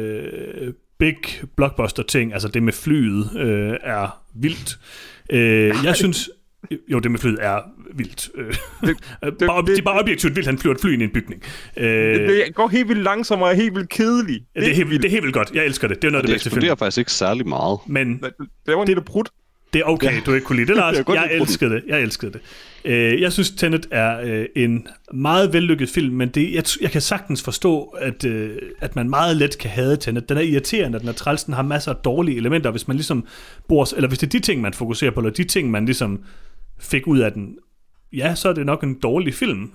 big blockbuster ting. Altså det med flyet er vildt. Jeg synes... Jo, det med flyet er vildt. Det er bare objektivt vildt, han flyver et fly ind i en bygning. Det går helt vildt langsomt og er helt vildt kedeligt. Ja, det er helt vildt godt. Jeg elsker det. Det er noget af det bedste film. Det eksploderer faktisk ikke særlig meget. Men det var en lille brud. Det er okay, du ikke kunne lide det, Lars. Jeg elskede det. Jeg synes, Tenet er en meget vellykket film, men jeg kan sagtens forstå, at man meget let kan hade Tenet. Den er irriterende, den er træls, den har masser af dårlige elementer, hvis man ligesom eller hvis det er de ting, man fokuserer på, eller de ting, man ligesom fik ud af den, ja, så er det nok en dårlig film.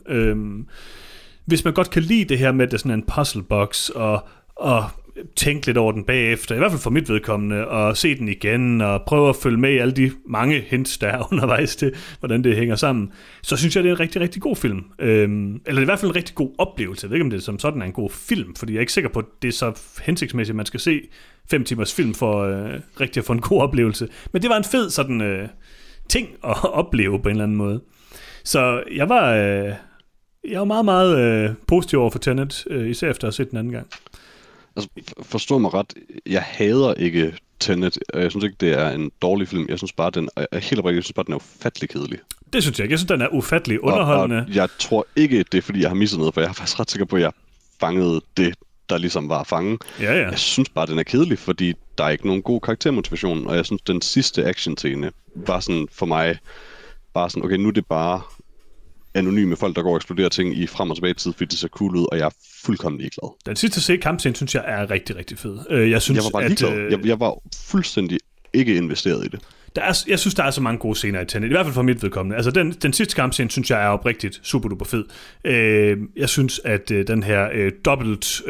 Hvis man godt kan lide det her med, at det er sådan en puzzlebox, og tænke lidt over den bagefter, i hvert fald for mit vedkommende, og se den igen, og prøve at følge med i alle de mange hints, der er undervejs til, hvordan det hænger sammen, så synes jeg, det er en rigtig, rigtig god film. Eller i hvert fald en rigtig god oplevelse. Jeg ved ikke, om det som sådan er en god film, fordi jeg er ikke sikker på, at det er så hensigtsmæssigt, at man skal se 5 timers film for rigtig at få en god oplevelse. Men det var en fed sådan ting at opleve på en eller anden måde. Så jeg var meget, meget positiv over for Tenet, især efter at have set den anden gang. Altså, forstå mig ret, jeg hader ikke Tenet. Jeg synes ikke, det er en dårlig film. Jeg synes bare, den er ufattelig kedelig. Det synes jeg ikke. Jeg synes, den er ufattelig underholdende. Og jeg tror ikke, det er, fordi jeg har misset noget, for jeg er faktisk ret sikker på, at jeg fangede det, der ligesom var at fange. Ja. Jeg synes bare, den er kedelig, fordi der er ikke nogen god karaktermotivation, og jeg synes, den sidste actionscene var sådan for mig, bare sådan, okay, nu er det bare anonyme folk, der går og eksploderer ting i frem og tilbage tid, fordi det ser cool ud, og jeg er fuldkommen ligeglad. Den sidste kampscene, synes jeg, er rigtig, rigtig fed. Jeg var bare ligeglad. Jeg var fuldstændig ikke investeret i det. Jeg synes, der er så mange gode scener i Tenet, i hvert fald for mit vedkommende. Altså, den sidste kampscene, synes jeg, er oprigtigt super duper fed. Jeg synes, at den her dobbelt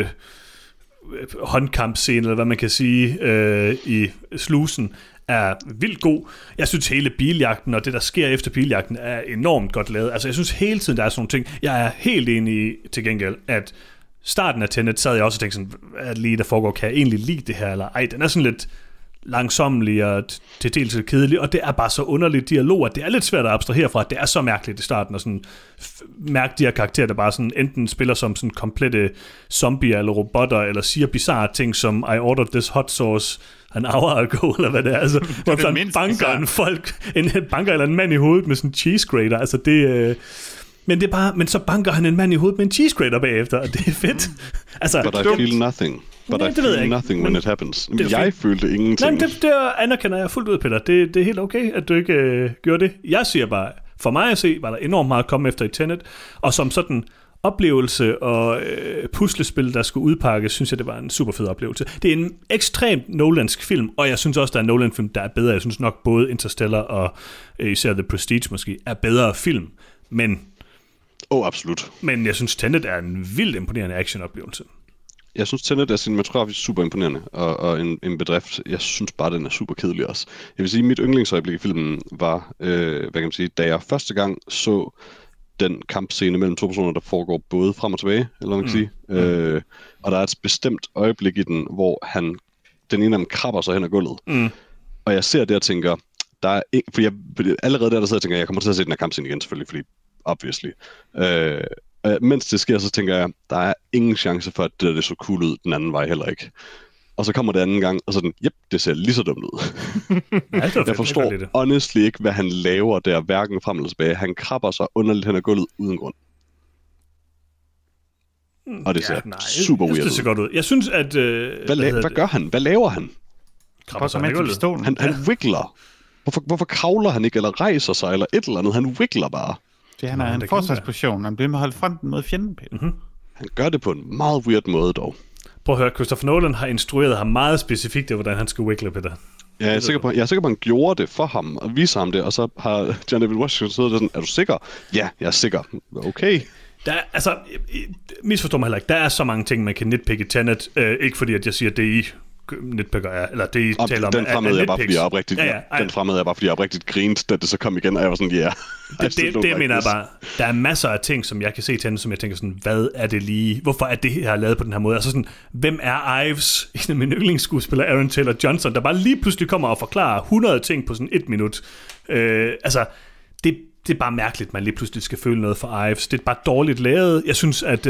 håndkampscene, eller hvad man kan sige, i slusen, er vildt god. Jeg synes hele biljagten og det der sker efter biljagten er enormt godt lavet. Altså jeg synes hele tiden der er sådan nogle ting. Jeg er helt enig i til gengæld, at starten af Tenet sad jeg også og tænkte sådan, hvad er det lige, der foregår? Kan jeg egentlig lide det her? Eller ej, den er sådan lidt langsommelig og til dels kedelig, og det er bare så underligt dialog, at det er lidt svært at abstrahere fra, at det er så mærkeligt i starten, og sådan mærke de her karakterer, der bare sådan enten spiller som sådan komplette zombier eller robotter, eller siger bizarre ting som I ordered this hot sauce an hour ago, eller hvad det er. Altså, hvor sådan banker en banker eller en mand i hovedet med sådan en cheese grater. Altså det... Men det er bare, men så banker han en mand i hovedet med en cheese grater bagefter, og det er fedt. Altså, but I feel nothing. But I feel nothing when it happens. Jeg følte ingenting. Nej, det anerkender jeg fuldt ud, Peter. Det er helt okay, at du ikke gjorde det. Jeg siger bare, for mig at se, var der enormt meget at komme efter i Tenet, og som sådan oplevelse og puslespil, der skulle udpakkes, synes jeg, det var en super fed oplevelse. Det er en ekstremt Nolansk film, og jeg synes også, der er en Nolan-film, der er bedre. Jeg synes nok både Interstellar og især The Prestige måske er bedre film, men... absolut. Men jeg synes, Tenet er en vildt imponerende actionoplevelse. Jeg synes, Tenet er cinematografisk super imponerende, og en bedrift. Jeg synes bare, den er super kedelig også. Jeg vil sige, mit yndlingsøjeblik i filmen var, hvad kan man sige, da jeg første gang så den kampscene mellem to personer, der foregår både frem og tilbage, eller hvad man kan sige. Og der er et bestemt øjeblik i den, hvor den ene af dem krabber sig hen ad gulvet. Og jeg ser det og tænker, der er ikke, for jeg allerede der sidder og tænker, jeg kommer til at se den her kampscene igen, selvfølgelig, fordi obviously. Mens det sker, så tænker jeg, der er ingen chance for, at det så cool ud den anden vej heller ikke. Og så kommer det anden gang, og sådan, det ser lige så dumt ud. Jeg forstår honestly ikke, hvad han laver der, hverken frem eller tilbage. Han krabber sig underligt hen ad gulvet uden grund. Og det ser super weird ud. Det ser godt ud. Jeg synes, at... Hvad gør han? Hvad laver han? Krabber sig hen ad gulvet. Han wiggler. Hvorfor kravler han ikke, eller rejser sig, eller et eller andet? Han wiggler bare. Det han er en forsvarsposition. Han bliver med at holde fronten mod fjenden, Peter. Han gør det på en meget weird måde, dog. Prøv at høre, Christopher Nolan har instrueret ham meget specifikt af, hvordan han skal wiggle, Peter. Ja, jeg er sikker på, at han gjorde det for ham, og viste ham det, og så har John David Washington siddet der sådan, er du sikker? Ja, jeg er sikker. Okay. Der er, altså, misforstår mig heller ikke, der er så mange ting, man kan nitpicke Tenet, ikke fordi, at jeg siger, at det I nitpicker er, eller det I taler om, den fremmede jeg bare, fordi jeg oprigtigt, den fremmede jeg bare, fordi jeg oprigtigt grint, da det så kom igen, og jeg var sådan, det mener jeg bare, der er masser af ting, som jeg kan se Tenet, som jeg tænker sådan, hvad er det lige, hvorfor er det her lavet på den her måde, altså sådan, hvem er Ives, en af mine yndlingsskuespillere, Aaron Taylor Johnson, der bare lige pludselig kommer og forklarer 100 ting på sådan 1 minut, altså, det er bare mærkeligt, man lige pludselig skal føle noget for Ives, det er bare dårligt lavet, jeg synes, at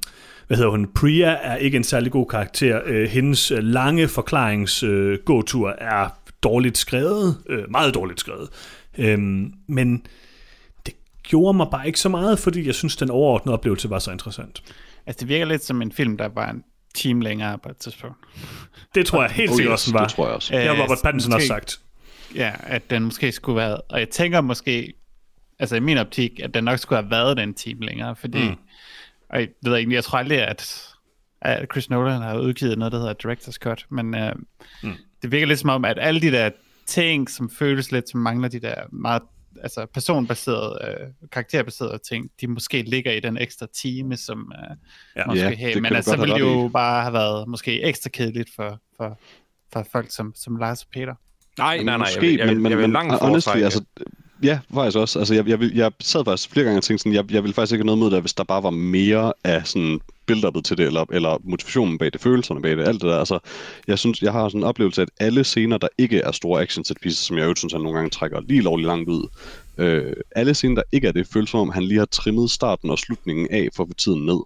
Priya er ikke en særlig god karakter. Hendes lange forklaringsgåtur er dårligt skrevet. Meget dårligt skrevet. Men det gjorde mig bare ikke så meget, fordi jeg synes, den overordnede oplevelse var så interessant. Altså, det virker lidt som en film, der var en time længere på et tidspunkt. Det tror jeg helt sikkert også, den var. Det tror jeg også. Det har Robert Pattinson også sagt. Ja, at den måske skulle have været... Og jeg tænker måske, altså i min optik, at den nok skulle have været den time længere, fordi... Og jeg ved ikke, jeg tror aldrig, at Chris Nolan har udgivet noget, der hedder Director's Cut, men det virker lidt som om, at alle de der ting, som føles lidt, som mangler de der meget personbaserede, karakterbaserede ting, de måske ligger i den ekstra time, som måske have. Men altså, så ville det jo bare have været måske ekstra kedeligt for folk som Lars og Peter. Nej, jeg vil langt foretrække. Altså, ja, faktisk også. Altså, jeg sad faktisk flere gange og tænkte sådan, jeg ville faktisk ikke have noget med det, hvis der bare var mere af sådan build-up'et til det, eller motivationen bag det, følelserne bag det, alt det der. Altså, jeg synes, jeg har sådan en oplevelse, at alle scener, der ikke er store action set pieces, som jeg jo synes, han nogle gange trækker lige lovligt langt ud, alle scener, der ikke er det, føles som om, han lige har trimmet starten og slutningen af for at få tiden ned.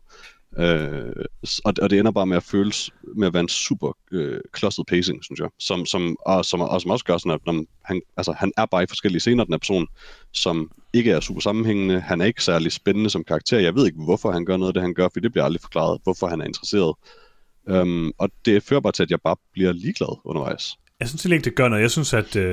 Og det ender bare med at føles med at være en super klodset pacing, synes jeg, som også gør sådan, at han er bare i forskellige scener, den her person, som ikke er super sammenhængende. Han er ikke særlig spændende som karakter. Jeg ved ikke, hvorfor han gør noget af det, han gør, for det bliver aldrig forklaret, hvorfor han er interesseret. Og det fører bare til, at jeg bare bliver ligeglad undervejs. Jeg synes ikke, det gør noget. Jeg synes, at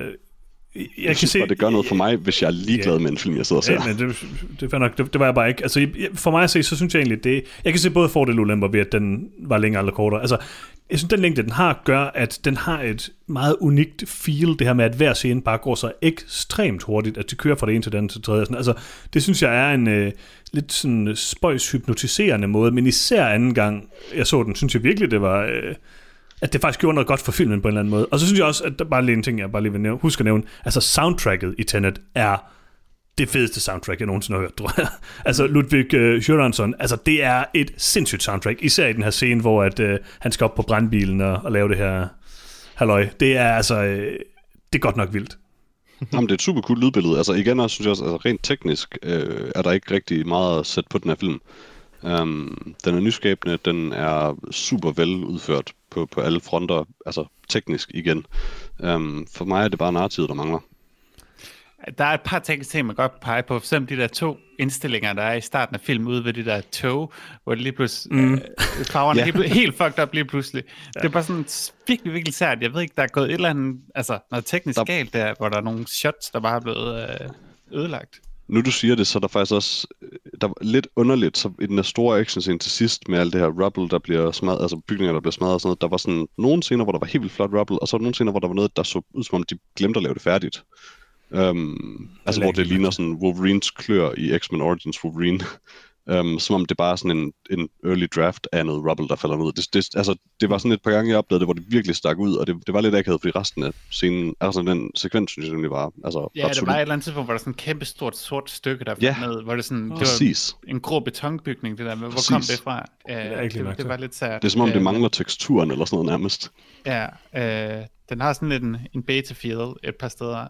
jeg synes bare, det gør noget for mig, hvis jeg er ligeglad med en film, jeg sidder og ser. Ja, men det var nok, det var jeg bare ikke. Altså, for mig at se, så synes jeg egentlig, det... Jeg kan se både fordele og ulemper ved, at den var længere eller kortere. Altså, jeg synes, den længde, den har, gør, at den har et meget unikt feel, det her med, at hver scene bare går så ekstremt hurtigt, at det kører fra det ene til det andet til tredje. Altså, det synes jeg er en lidt sådan spøjshypnotiserende måde, men især anden gang, jeg så den, synes jeg virkelig, det var... at det faktisk gjorde noget godt for filmen på en eller anden måde. Og så synes jeg også, at der bare lige en ting, jeg bare lige vil huske at nævne, altså soundtracket i Tenet er det fedeste soundtrack, jeg nogensinde har hørt, tror jeg. Altså, Ludwig Göransson, altså, det er et sindssygt soundtrack, især i den her scene, hvor at, han skal op på brandbilen og lave det her halløj. Det er altså, det er godt nok vildt. Jamen, det er et super cool lydbillede. Altså, igen, jeg synes også, altså, rent teknisk er der ikke rigtig meget at sætte på den her film. Den er nyskabende, den er super vel udført på alle fronter, altså teknisk igen. For mig er det bare narrativet, der mangler. Der er et par tekniske ting, man godt pege på. For eksempel de der 2 indstillinger, der er i starten af filmen, ude ved de der tog, hvor det lige pludselig farverne er helt fucked up lige pludselig. Ja. Det er bare sådan virkelig, virkelig sært. Jeg ved ikke, der er gået et eller andet, altså noget teknisk galt der, hvor der er nogle shots, der bare er blevet ødelagt. Nu du siger det, så er der faktisk også der lidt underligt, så i den her store actionscene til sidst med alt det her rubble, der bliver smadret, altså bygninger, der bliver smadret og sådan noget, der var sådan nogle scener, hvor der var helt vildt flot rubble, og så var der nogle scener, hvor der var noget, der så ud som om de glemte at lave det færdigt. Altså hvor det ligner sådan Wolverines klør i X-Men Origins Wolverine. Som om det bare er sådan en early draft af noget rubble, der falder ud. Det var sådan et par gange, jeg oplevede det, hvor det virkelig stak ud, og det var lidt akavet, fordi resten af scenen, altså den sekvens, synes jeg nemlig var ja, det var et eller andet tidspunkt, hvor der sådan et kæmpe stort sort stykke, der faldt ned, hvor det sådan, det var en grå betonbygning, det der med, hvor kom det fra? Det var lidt sært. Det er som om, det mangler teksturen eller sådan noget nærmest. Ja, den har sådan lidt en beta-feel et par steder,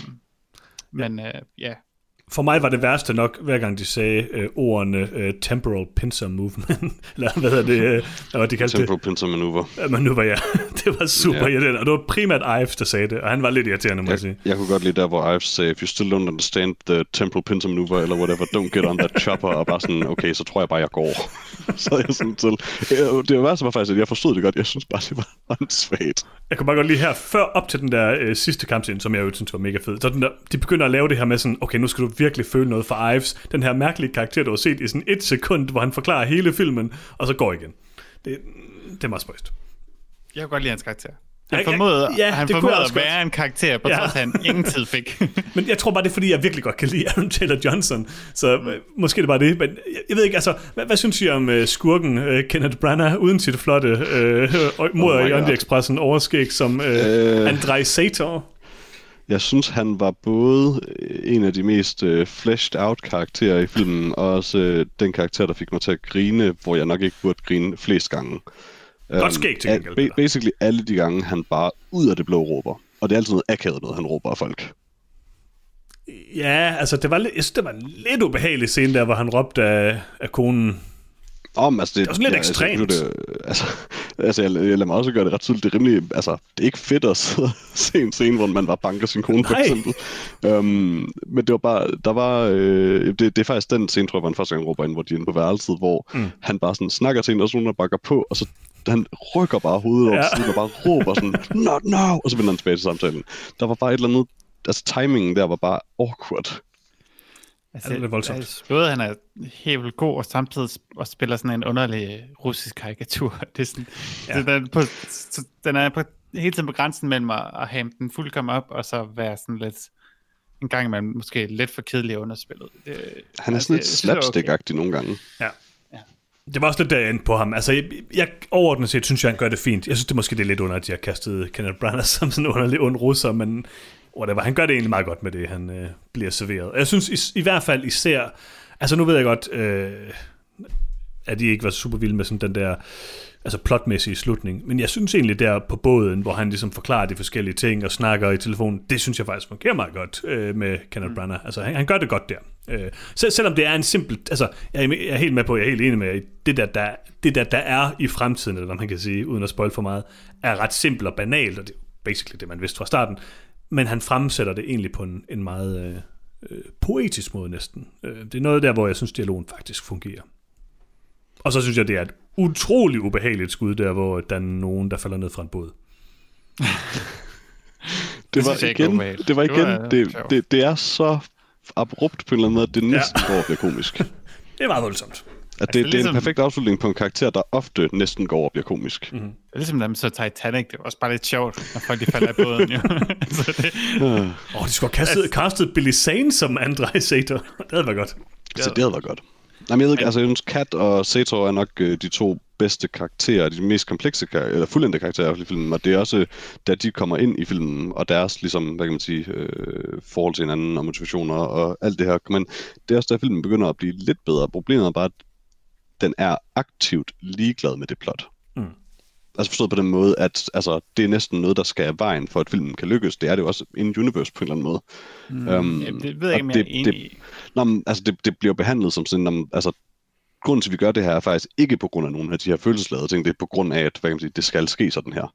men ja. For mig var det værste nok, hver gang de sagde ordene temporal pincer movement, eller hvad hedder det? Hvad de kaldte temporal pincer maneuver. Maneuver, ja. Det var super irriterende, og det var primært Ives, der sagde det, og han var lidt irriterende, må jeg sige. Jeg kunne godt lide der, hvor Ives sagde, if you still don't understand the temporal pincer maneuver, eller whatever, don't get on that chopper, og bare sådan, okay, så tror jeg bare, jeg går. Så jeg sådan til. Det værste var faktisk, at jeg forstod det godt, jeg synes bare, det var åndssvagt. Jeg kunne bare godt lide her, før op til den der sidste kampscene, som jeg jo synes var mega fed, så de begynder at lave det her med sådan, okay, nu skal du virkelig føle noget for Ives, den her mærkelige karakter, du har set i sådan 1 sekund, hvor han forklarer hele filmen, og så går igen. Det er meget spøjst. Jeg kan godt lide hans karakter. Han formåede at være en karakter, på trods af han ingen tid fik. Men jeg tror bare, det er fordi, jeg virkelig godt kan lide Aaron Taylor Johnson, så måske det er bare det. Men jeg ved ikke, altså, hvad synes I om skurken Kenneth Branagh, uden sit flotte mor i Åndeexpressen overskæg som Andrej Sator? Jeg synes, han var både en af de mest fleshed out karakterer i filmen, og også den karakter, der fik mig til at grine, hvor jeg nok ikke burde grine flest gange. Godt skæg til gengæld. Basically alle de gange, han bare ud af det blå råber. Og det er altid noget akavet noget, han råber af folk. Ja, altså det var en lidt ubehagelig scene der, hvor han råbte af konen. Det var sådan lidt ekstremt. Jeg lader mig også gøre det ret tydeligt. Det er rimelig, altså, det er ikke fedt at se en scene, hvor man bare banker sin kone, for eksempel. Men det var bare, det er faktisk den scene, tror jeg, var en første gang råber ind, hvor de er inde på værelset, hvor han bare sådan snakker til en, og så nogen, der bakker på, og så han rykker bare hovedet over til siden, og bare råber sådan, not now, og så vender han tilbage til samtalen. Der var bare et eller andet, altså timingen der var bare awkward. Altså, det er voldsomt. Både han er helt vildt god, og samtidig også spiller sådan en underlig russisk karikatur. Det er sådan, den er på hele tiden på grænsen mellem at have den fuldkommen op, og så være sådan lidt, en gang imellem måske lidt for kedelig underspillet. Han er sådan lidt slapstick-agtig nogle gange. Ja. Det var også lidt derinde på ham. Altså, jeg overordnet set synes jeg, han gør det fint. Jeg synes, det måske det er lidt under, at de har kastet Kenneth Branagh som sådan en underlig ond russer, men han gør det egentlig meget godt med det, han bliver serveret. Jeg synes i hvert fald især, altså nu ved jeg godt, at de ikke var super vilde med sådan den der, altså plotmæssige slutning, men jeg synes egentlig der på båden, hvor han ligesom forklarer de forskellige ting og snakker i telefonen, det synes jeg faktisk fungerer meget godt med Kenneth Branagh. Altså han gør det godt der. Selvom det er en simpel, altså jeg er helt med på, jeg er helt enig med, det der er i fremtiden, eller man kan sige, uden at spoil for meget, er ret simpelt og banalt, og det er basically det, man vidste fra starten. Men han fremsætter det egentlig på en meget poetisk måde næsten. Det er noget der, hvor jeg synes, dialogen faktisk fungerer. Og så synes jeg, det er et utrolig ubehageligt skud der, hvor der er nogen, der falder ned fra en båd. Det er så abrupt på en eller anden måde, at det næsten går over bliver komisk. Det er meget voldsomt. At det er en perfekt afslutning på en karakter, der ofte næsten går over og bliver komisk. Mm-hmm. Det er ligesom dem så Titanic, det var også bare lidt sjovt, når folk de falder af båden. Jo. De skulle have castet Billy Zane som Andrej Sator. Det havde været godt. Så det havde været godt. Jeg synes, Kat og Sator er nok de to bedste karakterer, de mest komplekse eller fuldendte karakterer i filmen, og det er også, da de kommer ind i filmen, og deres, ligesom, hvad kan man sige, forhold til hinanden og motivationer og alt det her, men det er også, da filmen begynder at blive lidt bedre. Problemet er bare, at den er aktivt ligeglad med det plot. Altså forstået på den måde, at altså, det er næsten noget, der skal af vejen for, at filmen kan lykkes. Det er det jo også in universe på en eller anden måde. Det ved jeg ikke, om jeg er enig i. Altså, det bliver behandlet som sådan, altså, grunden til, at vi gør det her, er faktisk ikke på grund af nogle af de her følelsesladede ting. Det er på grund af, at hvad kan man sige, det skal ske sådan her.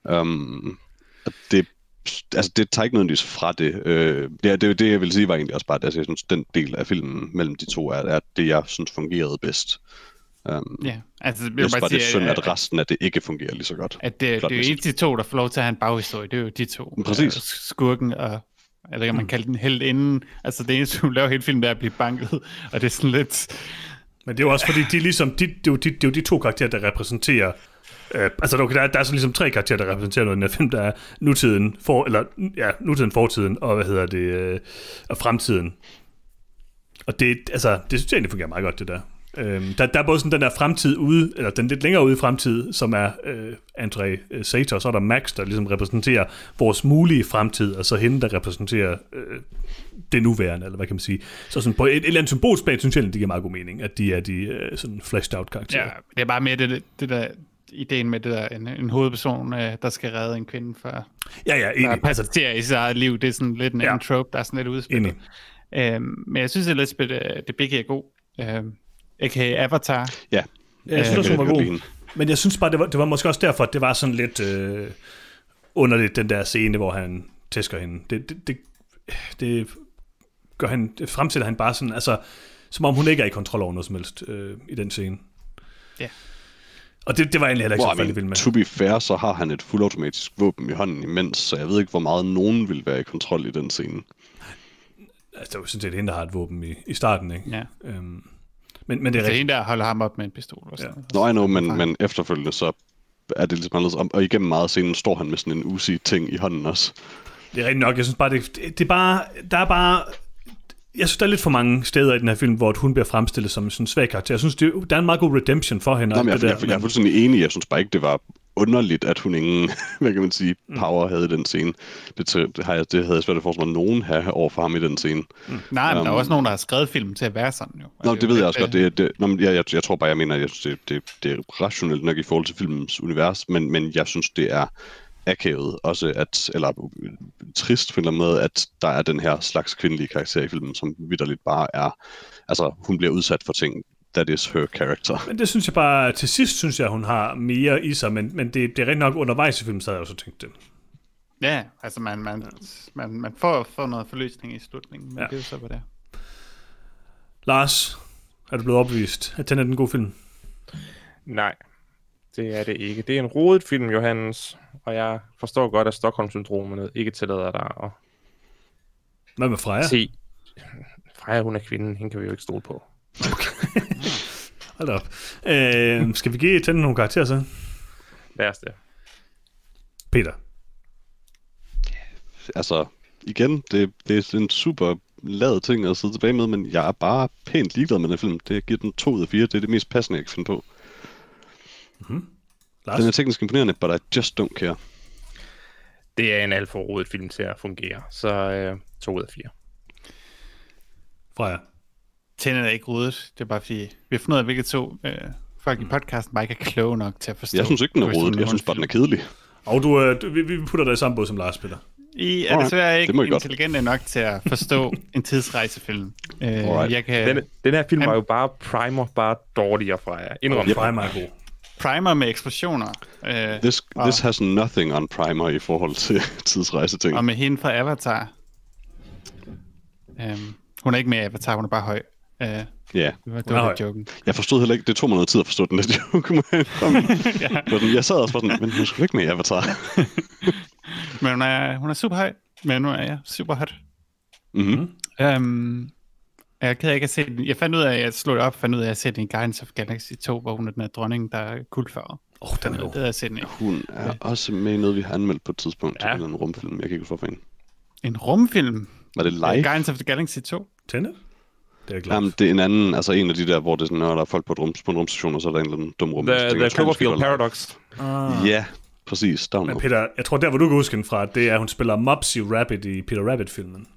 Det tager ikke nødvendigvis fra det. Det, jeg vil sige, var egentlig også bare, at jeg synes, den del af filmen mellem de to er det, jeg synes fungerede bedst. Altså, jeg synes bare, det er synd, at resten af det ikke fungerer lige så godt. At det er jo ikke de to, der får lov til at have en baghistorie. Det er jo de to. Præcis. Skurken og, eller kan man kalde den helt inden. Altså det eneste, hun laver hele filmen, der er at blive banket. Og det er sådan lidt... Men det er jo også fordi, de ligesom, det er jo de to karakterer, der repræsenterer... altså der er så ligesom 3 karakterer, der repræsenterer noget i den her film. Der er nutiden, fortiden og og fremtiden. Og det synes jeg egentlig fungerer meget godt, det der. Der er både sådan den der fremtid ude, eller den lidt længere ude i fremtid, som er André Sator, og så er der Max, der ligesom repræsenterer vores mulige fremtid, og så hende, der repræsenterer det nuværende, eller hvad kan man sige. Så sådan på et eller andet symbolsk plan, synes jeg, det giver meget god mening, at de er de sådan fleshed out karakterer. Ja, det er bare mere det der ideen med det der, en hovedperson, der skal redde en kvinde for enig. Passagerer i sit eget liv. Det er sådan lidt en trope, der er sådan lidt udspillet. Men jeg synes, at Elizabeth Debicki er god. A.k.a. Avatar. Ja. Jeg synes også, hun var god. Men jeg synes bare, det var måske også derfor, at det var sådan lidt underligt, den der scene, hvor han tæsker hende. Det gør han, det fremstiller han bare sådan, altså, som om hun ikke er i kontrol over noget som helst i den scene. Ja. Og det var egentlig heller ikke så fældig vild med. To be fair, så har han et fuldautomatisk våben i hånden imens, så jeg ved ikke, hvor meget nogen vil være i kontrol i den scene. Altså, det er jo sådan set hende, der har et våben i starten, ikke? Ja. Men det er en, der holder ham op med en pistol. Og sådan. Nå, I know, men efterfølgende så er det ligesom anderledes. Og igennem meget scenen står han med sådan en Uzi-ting i hånden også. Det er rigtigt nok. Jeg synes bare, det er bare... Der er bare... Jeg synes, der er lidt for mange steder i den her film, hvor hun bliver fremstillet som sådan en svag karakter. Jeg synes, der er en meget god redemption for hende. Jeg er fuldstændig enig. Jeg synes bare ikke, det var underligt, at hun ingen, hvad kan man sige, power havde i den scene. Det havde jeg svært at forestille mig, nogen have over for ham i den scene. Nej, men der er også nogen, der har skrevet film til at være sådan jo. Nå, det ved jeg også godt. Jeg tror bare, jeg mener, at jeg synes, det er rationelt nok i forhold til filmens univers, men jeg synes, det er akavet også, eller trist på en eller anden måde, at der er den her slags kvindelige karakter i filmen, som vitterligt bare er, altså hun bliver udsat for ting, that is her character. Men det synes jeg bare, til sidst synes jeg, hun har mere i sig, men det er rigtig nok undervejs i filmen, så havde jeg også tænkt det. Ja, altså man får noget forløsning i slutningen, men det er jo så, hvad det er. Lars, er du blevet opvist, at den er den gode film? Nej, det er det ikke. Det er en rodet film, Johannes, og jeg forstår godt, at Stockholm-syndromet ikke tillader dig at... Hvad med Freja? Se, Freja, hun er kvinden, hende kan vi jo ikke stole på. Okay. Hold op. Skal vi give tænde nogle karakterer så? Lad os det. Peter? Altså, igen, det er en super lavet ting at sidde tilbage med, men jeg er bare pænt ligeglad med den film. Det giver den 2 ud af 4. Det er det mest passende, jeg kan finde på. Mm-hmm. Den er teknisk imponerende, but I just don't care. Det er en alt for rodet film til at fungere, så 2 ud af 4. Freja? Tænden er ikke rodet. Det er bare fordi, vi har fundet ud af, hvilke to folk i podcasten bare ikke er kloge nok til at forstå. Jeg synes ikke, den er rodet. Jeg synes bare, den er kedelig. Og vi putter dig i samme båd som Lars, Peter. I er desværre ikke intelligente nok til at forstå en tidsrejsefilm. Den her film var jo bare Primer, bare dårligere fra jer. Indrøm, Primer er god. Primer med eksplosioner. This has nothing on Primer i forhold til tidsrejseting. Og med hende fra Avatar. Hun er ikke med Avatar, hun er bare høj. Ja. Det var joken. Jeg forstod heller ikke, det tog mig noget tid at forstå den lidt joke. Jeg sad også sådan, men hun skulle ikke med i Avatar. Men hun er super høj, men nu er jeg super hot. Mm-hmm. Jeg er ked af ikke at se den. Jeg fandt ud af, at jeg slog det op, fandt ud af, at jeg set den i Guardians of Galaxy 2, hvor hun er den her dronning, der er guldfarvet. Den er god. Det har jeg set den i. Hun er også med i noget, vi har anmeldt på et tidspunkt til en rumfilm. Jeg kan ikke forstå for en. En rumfilm? Var det live? Guardians of the Galaxy 2. Tenet? Det er klart. Jamen, det er en anden, altså en af de der, hvor det er sådan, når der er folk på en rumstation, og så er der en eller anden dum rum. The Cloverfield Paradox. Ja, præcis. Men Peter, jeg tror der, hvor du kan huske den fra, det er, at hun spiller Mopsy Rabbit i Peter Rabbit-filmen.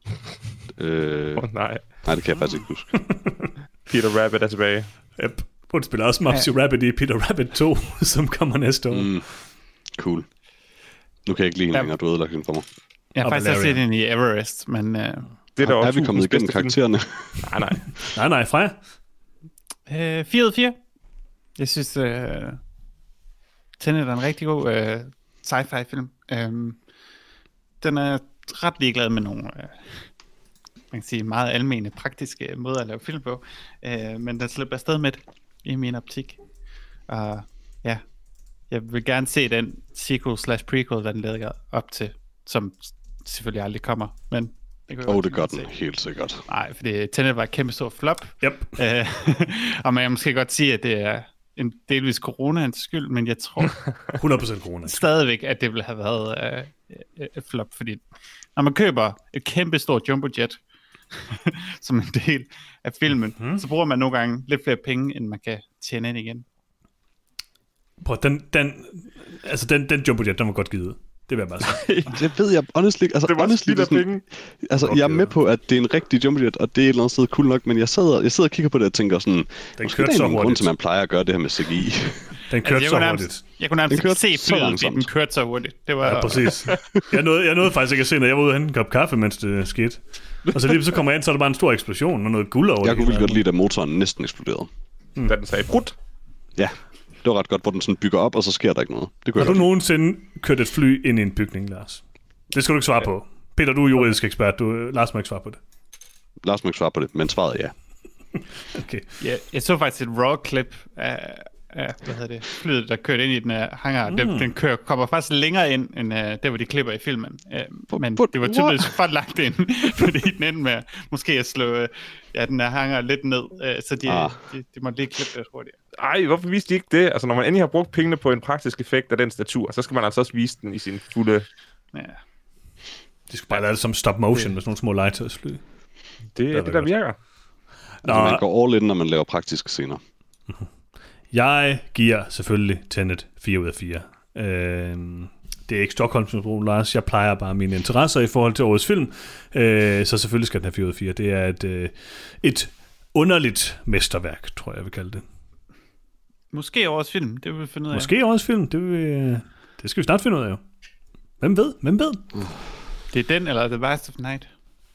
Nej. Nej, det kan jeg faktisk ikke huske. Peter Rabbit er tilbage. Yep. Hun spiller også Mopsy Rabbit i Peter Rabbit 2, som kommer næste år. Cool. Nu kan jeg ikke lide hende længere, du ødelagt hende for mig. Jeg har faktisk også set den i Everest, men... Det er der også vi kommet igennem karaktererne? Nej, Freja? 4 ud af 4. Jeg synes, Tenet er en rigtig god sci-fi film. Den er ret ligeglad med nogle... man kan sige, meget almene, praktiske måder at lave film på. Men den slipper afsted med det, i min optik. Og ja, jeg vil gerne se den sequel/prequel, hvad den leder op til, som selvfølgelig aldrig kommer. Men det gør den helt sikkert. Nej, fordi Tenet var et kæmpe stor flop. Yep. Og man kan måske godt sige, at det er en delvis coronaens skyld, men jeg tror 100% corona. Stadigvæk, at det ville have været et flop, fordi når man køber et kæmpe stort jumbojet som en del af filmen, så bruger man nogle gange lidt flere penge, end man kan tjene ind igen. Prøv, den jumbojet, den var godt givet. Det vil jeg bare sige. Det ved jeg honestly. Altså, det var spild af penge. Altså, jeg er med på, at det er en rigtig jumbojet, og det er et eller andet sted cool nok, men jeg sidder og kigger på det og tænker sådan, den kørte så hurtigt. Grund til, man plejer at gøre det her med CGI. Den kørte så hurtigt. Jeg kunne nærmest ikke se flyet, fordi den kørte så hurtigt. Det var... Ja, præcis. Jeg nåede faktisk ikke at se, når jeg var ude og hente en kop kaffe, mens det skete. Og så lige så kommer jeg ind, så er der bare en stor eksplosion og noget guld over det. Jeg kunne virkelig godt lide, at motoren næsten eksploderede. Da den sagde brut. Ja, det var ret godt, hvor den sådan bygger op, og så sker der ikke noget. Har du nogensinde kørt et fly ind i en bygning, Lars? Det skal du ikke svare på. Peter, du er juridisk ekspert. Lars må ikke svare på det. Lars må ikke svare på det, men svaret er ja. Okay. Ja, jeg så faktisk et raw-klip af flyet, der kørte ind i den her hangar. Den kommer faktisk længere ind, end der, hvor de klipper i filmen. Men det var tydeligvis for langt ind, fordi den endte med måske at slå den her hangar lidt ned, så de måtte lige klippe det hurtigt. Ej, hvorfor viste de ikke det? Altså, når man endelig har brugt pengene på en praktisk effekt af den statur, så skal man altså også vise den i sin fulde... Ja. De skal bare lade det som stop motion med sådan nogle små legetøjsfly. Det er det, der virker. Altså, man går all in, når man laver praktiske scener. Jeg giver selvfølgelig Tenet 4 ud af 4. Det er ikke Stockholm-syndrom, Lars. Jeg plejer bare mine interesser i forhold til årets film. Så selvfølgelig skal den have 4 ud af 4. Det er et underligt mesterværk, tror jeg vil kalde det. Måske årets film, det vil vi finde ud af. Måske årets film, det skal vi snart finde ud af. Hvem ved? Det er den, eller The Last of Night?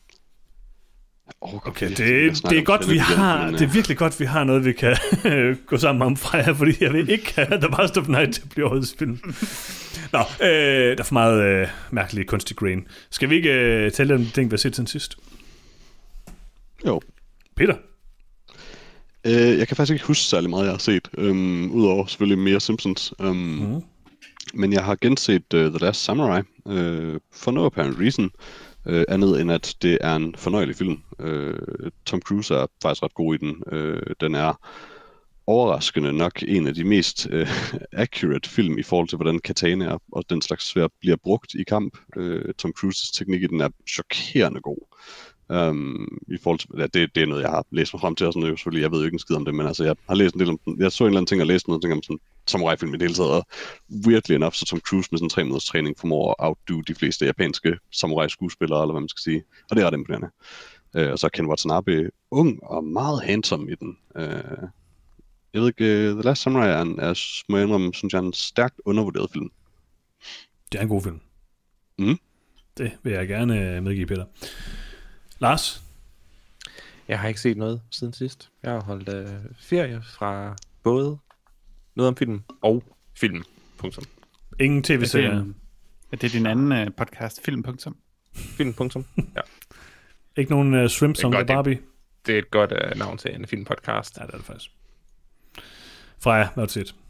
Okay, det er godt, vi har. Det er virkelig godt, vi har noget, vi kan gå sammen om fra jer, fordi jeg vil ikke have The Last of Night til at blive årets film. Nå, der er for meget mærkelig kunstig grain. Skal vi ikke tælle dem ting, vi har set siden sidst? Jo. Peter? Jeg kan faktisk ikke huske særlig meget, jeg har set. Udover selvfølgelig mere Simpsons. Men jeg har genset The Last Samurai for no apparent reason. Andet end at det er en fornøjelig film. Tom Cruise er faktisk ret god i den. Den er overraskende nok en af de mest accurate film i forhold til, hvordan katana og den slags sværd bliver brugt i kamp. Tom Cruises teknik i den er chokerende god. I forhold til, det er noget, jeg har læst mig frem til, og sådan noget, selvfølgelig, jeg ved jo ikke en skid om det, men altså, jeg har læst en del om den. Jeg så en eller anden ting og læste noget ting om sådan samurai-film i det hele taget, og weirdly enough, så Tom Cruise med sådan 3 måneders træning formår at outdo de fleste japanske samurai-skuespillere, eller hvad man skal sige, og det er ret imponerende. Og så er Ken Watanabe ung og meget handsome i den. Jeg ved ikke, The Last Samurai er må jeg indrømme, synes jeg, en stærkt undervurderet film. Det er en god film. Det vil jeg gerne medgive, Peter. Lars? Jeg har ikke set noget siden sidst. Jeg har holdt ferie fra både noget om film og film. Punktum. Ingen tv-serier? Er det din anden podcast, film. Film. Punktum. Ja. Ikke nogen shrimp som The Barbie? Det er et godt navn til en filmpodcast. Ja, det er det faktisk. Freja, hvad har du set?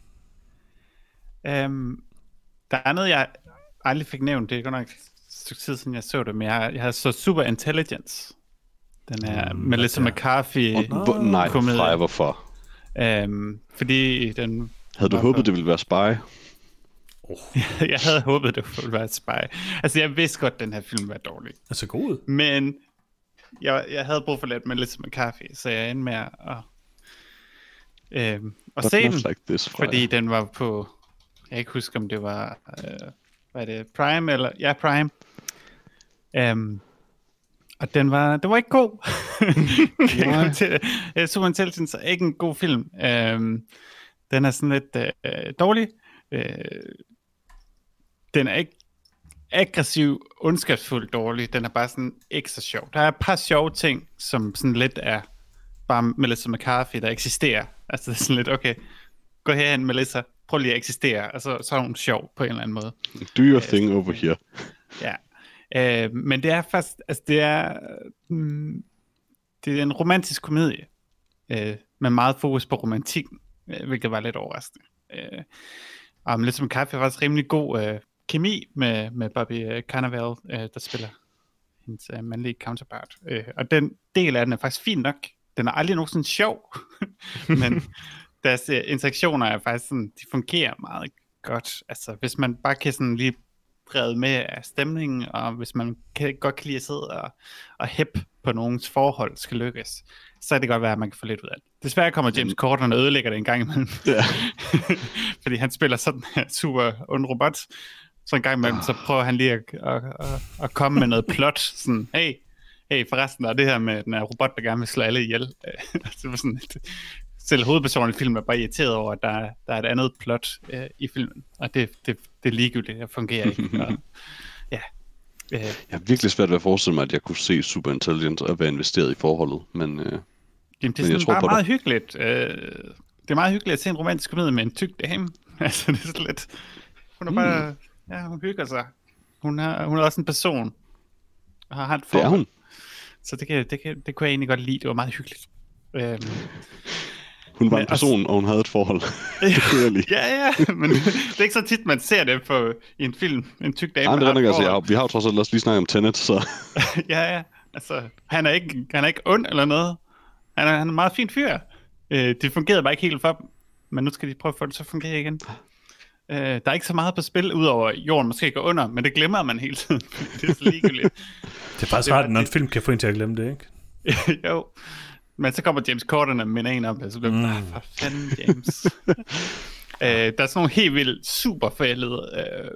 Der er noget, jeg aldrig fik nævnt. Det er godt nok stykke tid siden jeg så det, men jeg har så Super Intelligence. Den er Melissa McCarthy. Nej, Freja, hvorfor? Fordi den... Havde du håbet, det ville være Spy? Jeg havde håbet, det ville være Spy. Altså, jeg vidste godt, den her film var dårlig. Altså god. Men jeg havde brug for lidt Melissa McCarthy, så jeg endte med at se den, like fordi den var på, jeg kan ikke huske, om det var, hvad er det, Prime, eller, ja, Prime. Og den var ikke god. Super Intelligence er ikke en god film. Den er sådan lidt dårlig. Den er ikke aggressiv, ondskabsfuld dårlig. Den er bare sådan ekstra sjov. Der er et par sjove ting, som sådan lidt er bare Melissa McCarthy, der eksisterer. Altså det er sådan lidt, okay, gå herhen Melissa, prøv lige at eksistere, og så er hun sjov på en eller anden måde. Do your thing over here. Ja. Men det er faktisk, altså det er en romantisk komedie, med meget fokus på romantikken, hvilket var lidt overraskende. Og Melissa McCarthy har faktisk rimelig god kemi med Bobby Cannavale, der spiller hendes mandlige counterpart. Og den del af den er faktisk fin nok. Den er aldrig nogensinde sjov, men deres interaktioner er faktisk sådan, de fungerer meget godt. Altså hvis man bare kan sådan lige drevet med af stemningen, og hvis man godt kan lide at sidde og hæppe på nogens forhold skal lykkes, så kan det godt være, at man kan få lidt ud af det. Desværre kommer James Corden og ødelægger det en gang imellem. Ja. Fordi han spiller sådan en super ond robot, så en gang imellem, så prøver han lige at komme med noget plot, sådan, hey, forresten, der er det her med den her robot, der gerne vil slå alle ihjel. Det var sådan selv hovedpersonen i filmen er bare irriteret over, at der er et andet plot i filmen, og det er ligegyldigt, det fungerer ikke. Og, ja. Jeg har virkelig svært ved at forestille mig, at jeg kunne se Super Intelligence og være investeret i forholdet, men det er sådan bare meget hyggeligt. Det er meget hyggeligt at se en romantisk komedie med en tyk dame. Altså, det er sådan lidt... Hun er bare... Ja, hun hygger sig. Hun er også en person. Og har et forhold. Det er hun. Så det kunne jeg egentlig godt lide. Det var meget hyggeligt. Hun var en person, og hun havde et forhold. Ja, men det er ikke så tit, man ser det i en film. En tyk dame. Nej, det er altså, vi har jo trods alt også lige snakket om Tenet, så... ja. Altså, han er ikke ond eller noget. Han er en meget fin fyr. Det fungerede bare ikke helt for dem. Men nu skal de prøve at få det til at fungere igen. Der er ikke så meget på spil, udover jorden måske går under, men det glemmer man hele tiden. Det er så ligegyldigt. Det er faktisk rart, når en film kan få en til at glemme det, ikke? Jo. Men så kommer James Corden og minder en om det, så bliver man, for fanden, James. Der er sådan nogle helt vildt super forældede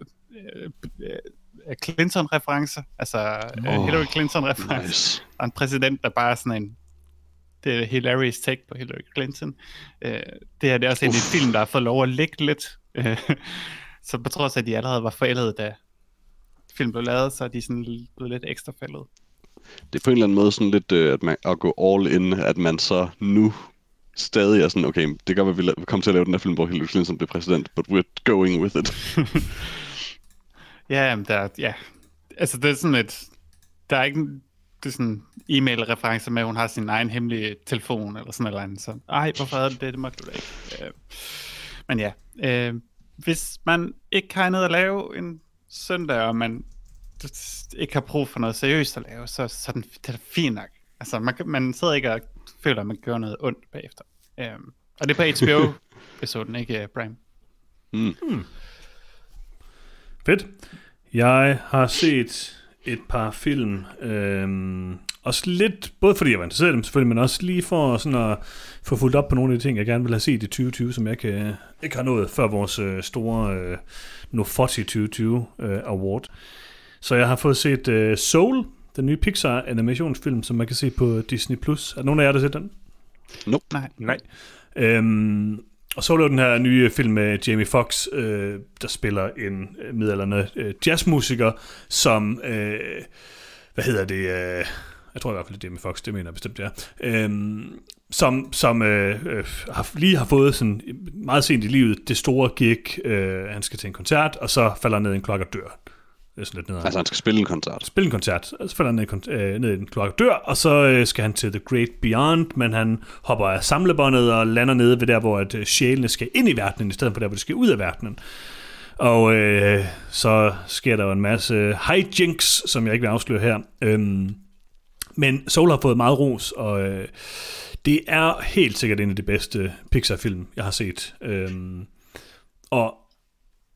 Clinton-referencer, altså Hillary Clinton-referencer. Nice. Og en præsident, der bare er sådan det er hilarious take på Hillary Clinton. Det her det er også en film, der har fået lov at ligge lidt. Så på trods af, at de allerede var forældede, da filmen blev lavet, så er de sådan blevet lidt ekstra forældede. Det er på en eller anden måde sådan lidt at gå all in, at man så nu stadig er sådan, okay, det gør, at vi kommer til at lave den her film, hvor Hillary Clinton bliver præsident, but we're going with it. Ja, altså det er sådan der er ikke, det er sådan e-mail-referencer med, at hun har sin egen hemmelige telefon, eller sådan noget andet, så hvorfor havde det måtte du da ikke. Men ja, hvis man ikke har noget at lave en søndag, og man ikke har brug for noget seriøst at lave, så det er fint nok. Altså, man sidder ikke og føler, at man gør noget ondt bagefter. Og det er på HBO-episoden, ikke Prime. Fedt. Jeg har set et par film, også lidt, både fordi jeg var interesseret i dem selvfølgelig, men også lige for sådan at få fulgt op på nogle af de ting, jeg gerne vil have set i 2020, som jeg ikke har nået før vores store Nofoti 2020 Award. Så jeg har fået set Soul, den nye Pixar animationsfilm, som man kan se på Disney+. Er der nogen af jer, der har set den? Nope. Nej. Og så er den her nye film med Jamie Foxx, der spiller en midaldrende jazzmusiker, som, jeg tror i hvert fald, det er Jamie Foxx, det mener jeg bestemt, ja. Som lige har fået sådan meget sent i livet det store gig, han skal til en koncert, og så falder ned i en klokke og dør. Det er sådan lidt nedad. Altså han skal spille en koncert. Og så falder han ned i en klokke og dør, og så skal han til The Great Beyond, men han hopper af samlebåndet og lander nede ved der, hvor sjælene skal ind i verdenen, i stedet for der, hvor det skal ud af verdenen. Og så sker der jo en masse hijinks, som jeg ikke vil afsløre her. Men Soul har fået meget ros, og det er helt sikkert en af de bedste Pixar-film, jeg har set. Og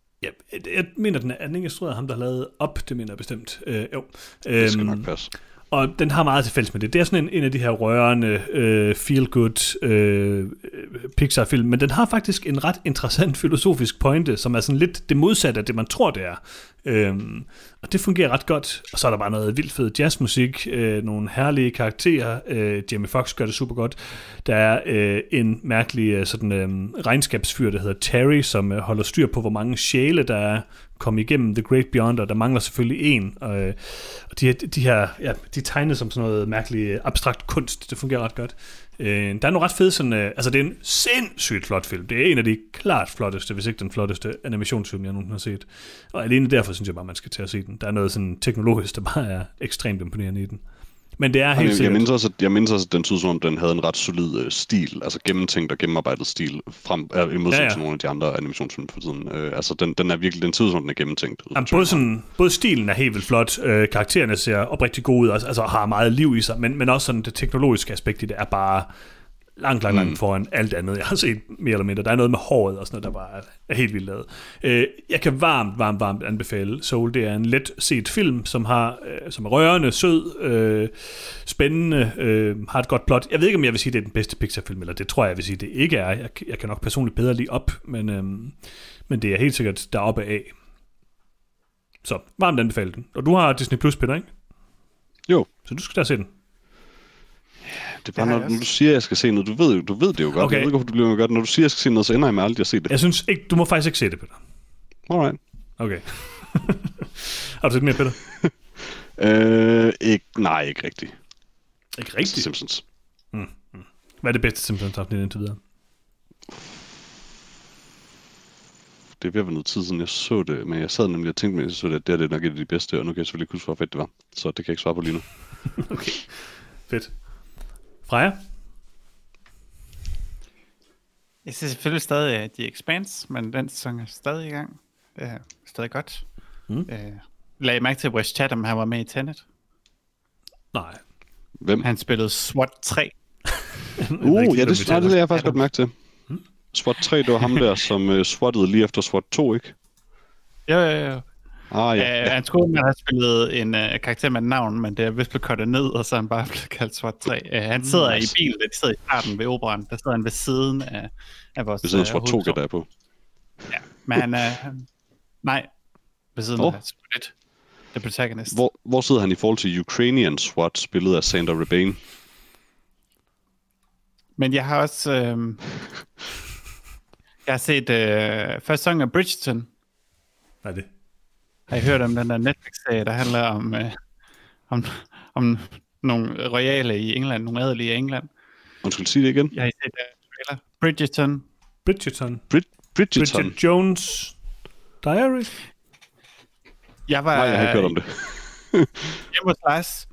jeg mener, den er ikke instrueret af ham, der har lavet Up, det mener jeg bestemt. Jo. Det skal nok passe. Og den har meget til fælles med det. Det er sådan en af de her rørende feel-good Pixar-film, men den har faktisk en ret interessant filosofisk pointe, som er sådan lidt det modsatte af det, man tror, det er. Og det fungerer ret godt. Og så er der bare noget vildt fed jazzmusik, nogle herlige karakterer. Jamie Foxx gør det super godt. Der er en mærkelig regnskabsfyr, der hedder Terry, som holder styr på, hvor mange sjæle, der er kommet igennem The Great Beyond, og der mangler selvfølgelig en. Og de her, ja, de tegner som sådan noget mærkeligt abstrakt kunst. Det fungerer ret godt. Der er nogle ret fede sådan, altså det er en sindssygt flot film. Det er en af de klart flotteste, hvis ikke den flotteste animationsfilm, jeg nogensinde har set. Og alene derfor synes jeg bare, man skal til at se den. Der er noget sådan teknologisk, der bare er ekstremt imponerende i den. Men det er helt sikkert. Jeg mindes også, at den synes, den havde en ret solid stil, altså gennemtænkt og gennemarbejdet stil, i modsætning til nogle af de andre animationsfilm for tiden. Altså den er virkelig, den synes, den er gennemtænkt. Jamen, både stilen er helt vildt flot, karaktererne ser oprigtigt gode ud, altså har meget liv i sig, men også sådan det teknologiske aspekt i det er bare langt foran alt andet, jeg har set mere eller mindre. Der er noget med håret og sådan noget, der bare er helt vildt lavet. Jeg kan varmt anbefale Soul. Det er en let set film, som er rørende, sød, spændende, har et godt plot. Jeg ved ikke, om jeg vil sige, det er den bedste Pixar-film, eller det tror jeg vil sige, det ikke er. Jeg kan nok personligt bedre lide op, men det er helt sikkert deroppe af. Så varmt anbefale den. Og du har Disney Plus, Peter, ikke? Jo. Så du skal da se den. Det er bare, når du siger, at jeg skal se noget. Du ved det jo godt. Okay. Jeg ved ikke, hvorfor du bliver med godt. Når du siger, at jeg skal se noget, så ender jeg med aldrig at se det. Jeg synes ikke, du må faktisk ikke se det, Peter. Alright. Okay. Har du set mere, Peter? Nej, ikke rigtigt. Ikke rigtigt? Simpsons. Hvad er det bedste Simpsons-afsnit indtil videre? Det er ved at være noget tid siden, jeg så det, men jeg sad nemlig og tænkte mig, at jeg så det, at det er nok et af de bedste, og nu kan jeg selvfølgelig ikke huske, hvor fedt det var. Så det kan jeg ikke svare på lige nu. Okay. Fedt. Freja? Jeg ser selvfølgelig stadig The Expanse, men den sæson er stadig i gang. Det er stadig godt. Lagde mærke til, at Wes Chatham, han var med i Tenet. Nej. Hvem? Han spillede SWAT 3. Ja, det er jeg faktisk godt mærke til. SWAT 3, det var ham der, som swattede lige efter SWAT 2, ikke? Jo. Ja. Han skulle have spillet en karakter med et navn, men det er vist blevet cuttet ned, og så er han bare blevet kaldt SWAT 3. Han sidder i bilen, de sidder i starten ved operan. Der sidder han ved siden af vores ved siden af SWAT 2, der er på. Ja, men han er... Nej, ved siden af Split, the protagonist. Hvor sidder han i forhold til Ukrainian SWAT, spillet af Sandra Rebane? Men jeg har også... jeg har set første sæson af Bridgerton. Hvad er det? Har I hørt om den der Netflix-serie, der handler om nogle royale i England, nogle adelige i England? Undskyld, sige det igen. Jeg har set trailer. Bridgerton. Bridget Jones Diary? Jeg har ikke hørt om det. Hjemme hos Lars,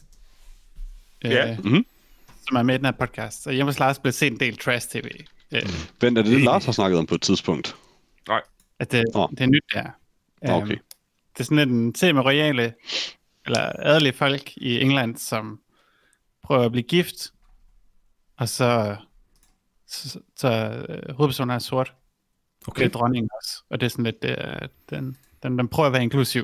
som er med i den her podcast. Og hjemme hos Lars blev set en del trash-tv. Vent, er det Lars har snakket om på et tidspunkt? Nej. At det er nyt der. Okay. Det er sådan lidt en serie med royale, eller adelige folk i England, som prøver at blive gift, og så hovedpersonen er sort. Okay. Det er dronningen også, og det er sådan lidt, den prøver at være inklusiv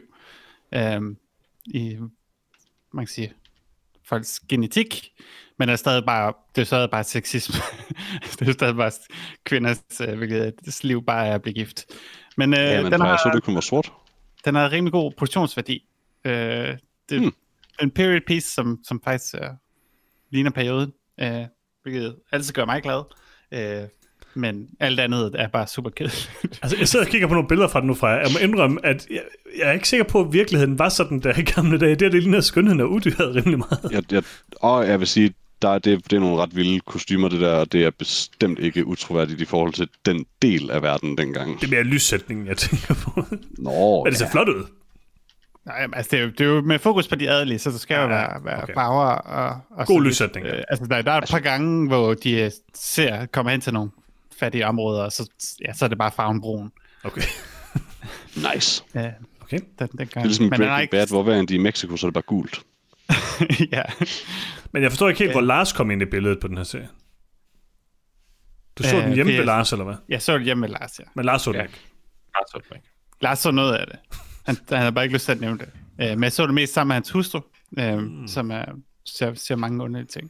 i, man kan sige, folks genetik, men det er stadig bare sexisme. Det er stadig bare kvinders liv bare er at blive gift. Men den har så det kunne være sort. Den har rimelig god produktionsværdi. Det er en period piece, som faktisk ligner perioden, hvilket altid gør mig glad. Men alt andet er bare super kedeligt. Altså, jeg sidder og kigger på nogle billeder fra den nu fra. Jeg må indrømme, at jeg er ikke sikker på, at virkeligheden var sådan der i gamle dage. Det ligner skønheden og udyret rimelig meget. Jeg vil sige, det er nogle ret vilde kostymer, det der, og det er bestemt ikke utroværdigt i forhold til den del af verden dengang. Det er mere lyssætningen, jeg tænker på. Nå, det ser flot ud. Nej, altså det er jo med fokus på de adelige, så der skal jo være farver og god lyssætning. Altså der er et par gange, hvor de kommer hen til nogle fattige områder, og så er det bare farven brun. Okay. Nice. Ja. Okay. Den det er ligesom Breaking Bad, hvor hver en de er i Mexico, så er det bare gult. Ja. Men jeg forstår ikke helt, hvor Lars kom ind i billedet på den her serie. Du så den hjemme ved Lars, eller hvad? Jeg så den hjemme med Lars, ja. Men Lars så den ikke. Lars så noget af det. Han havde bare ikke lyst til at nævne det. Men jeg så det mest sammen med hans hustru, som er ser mange underlige ting.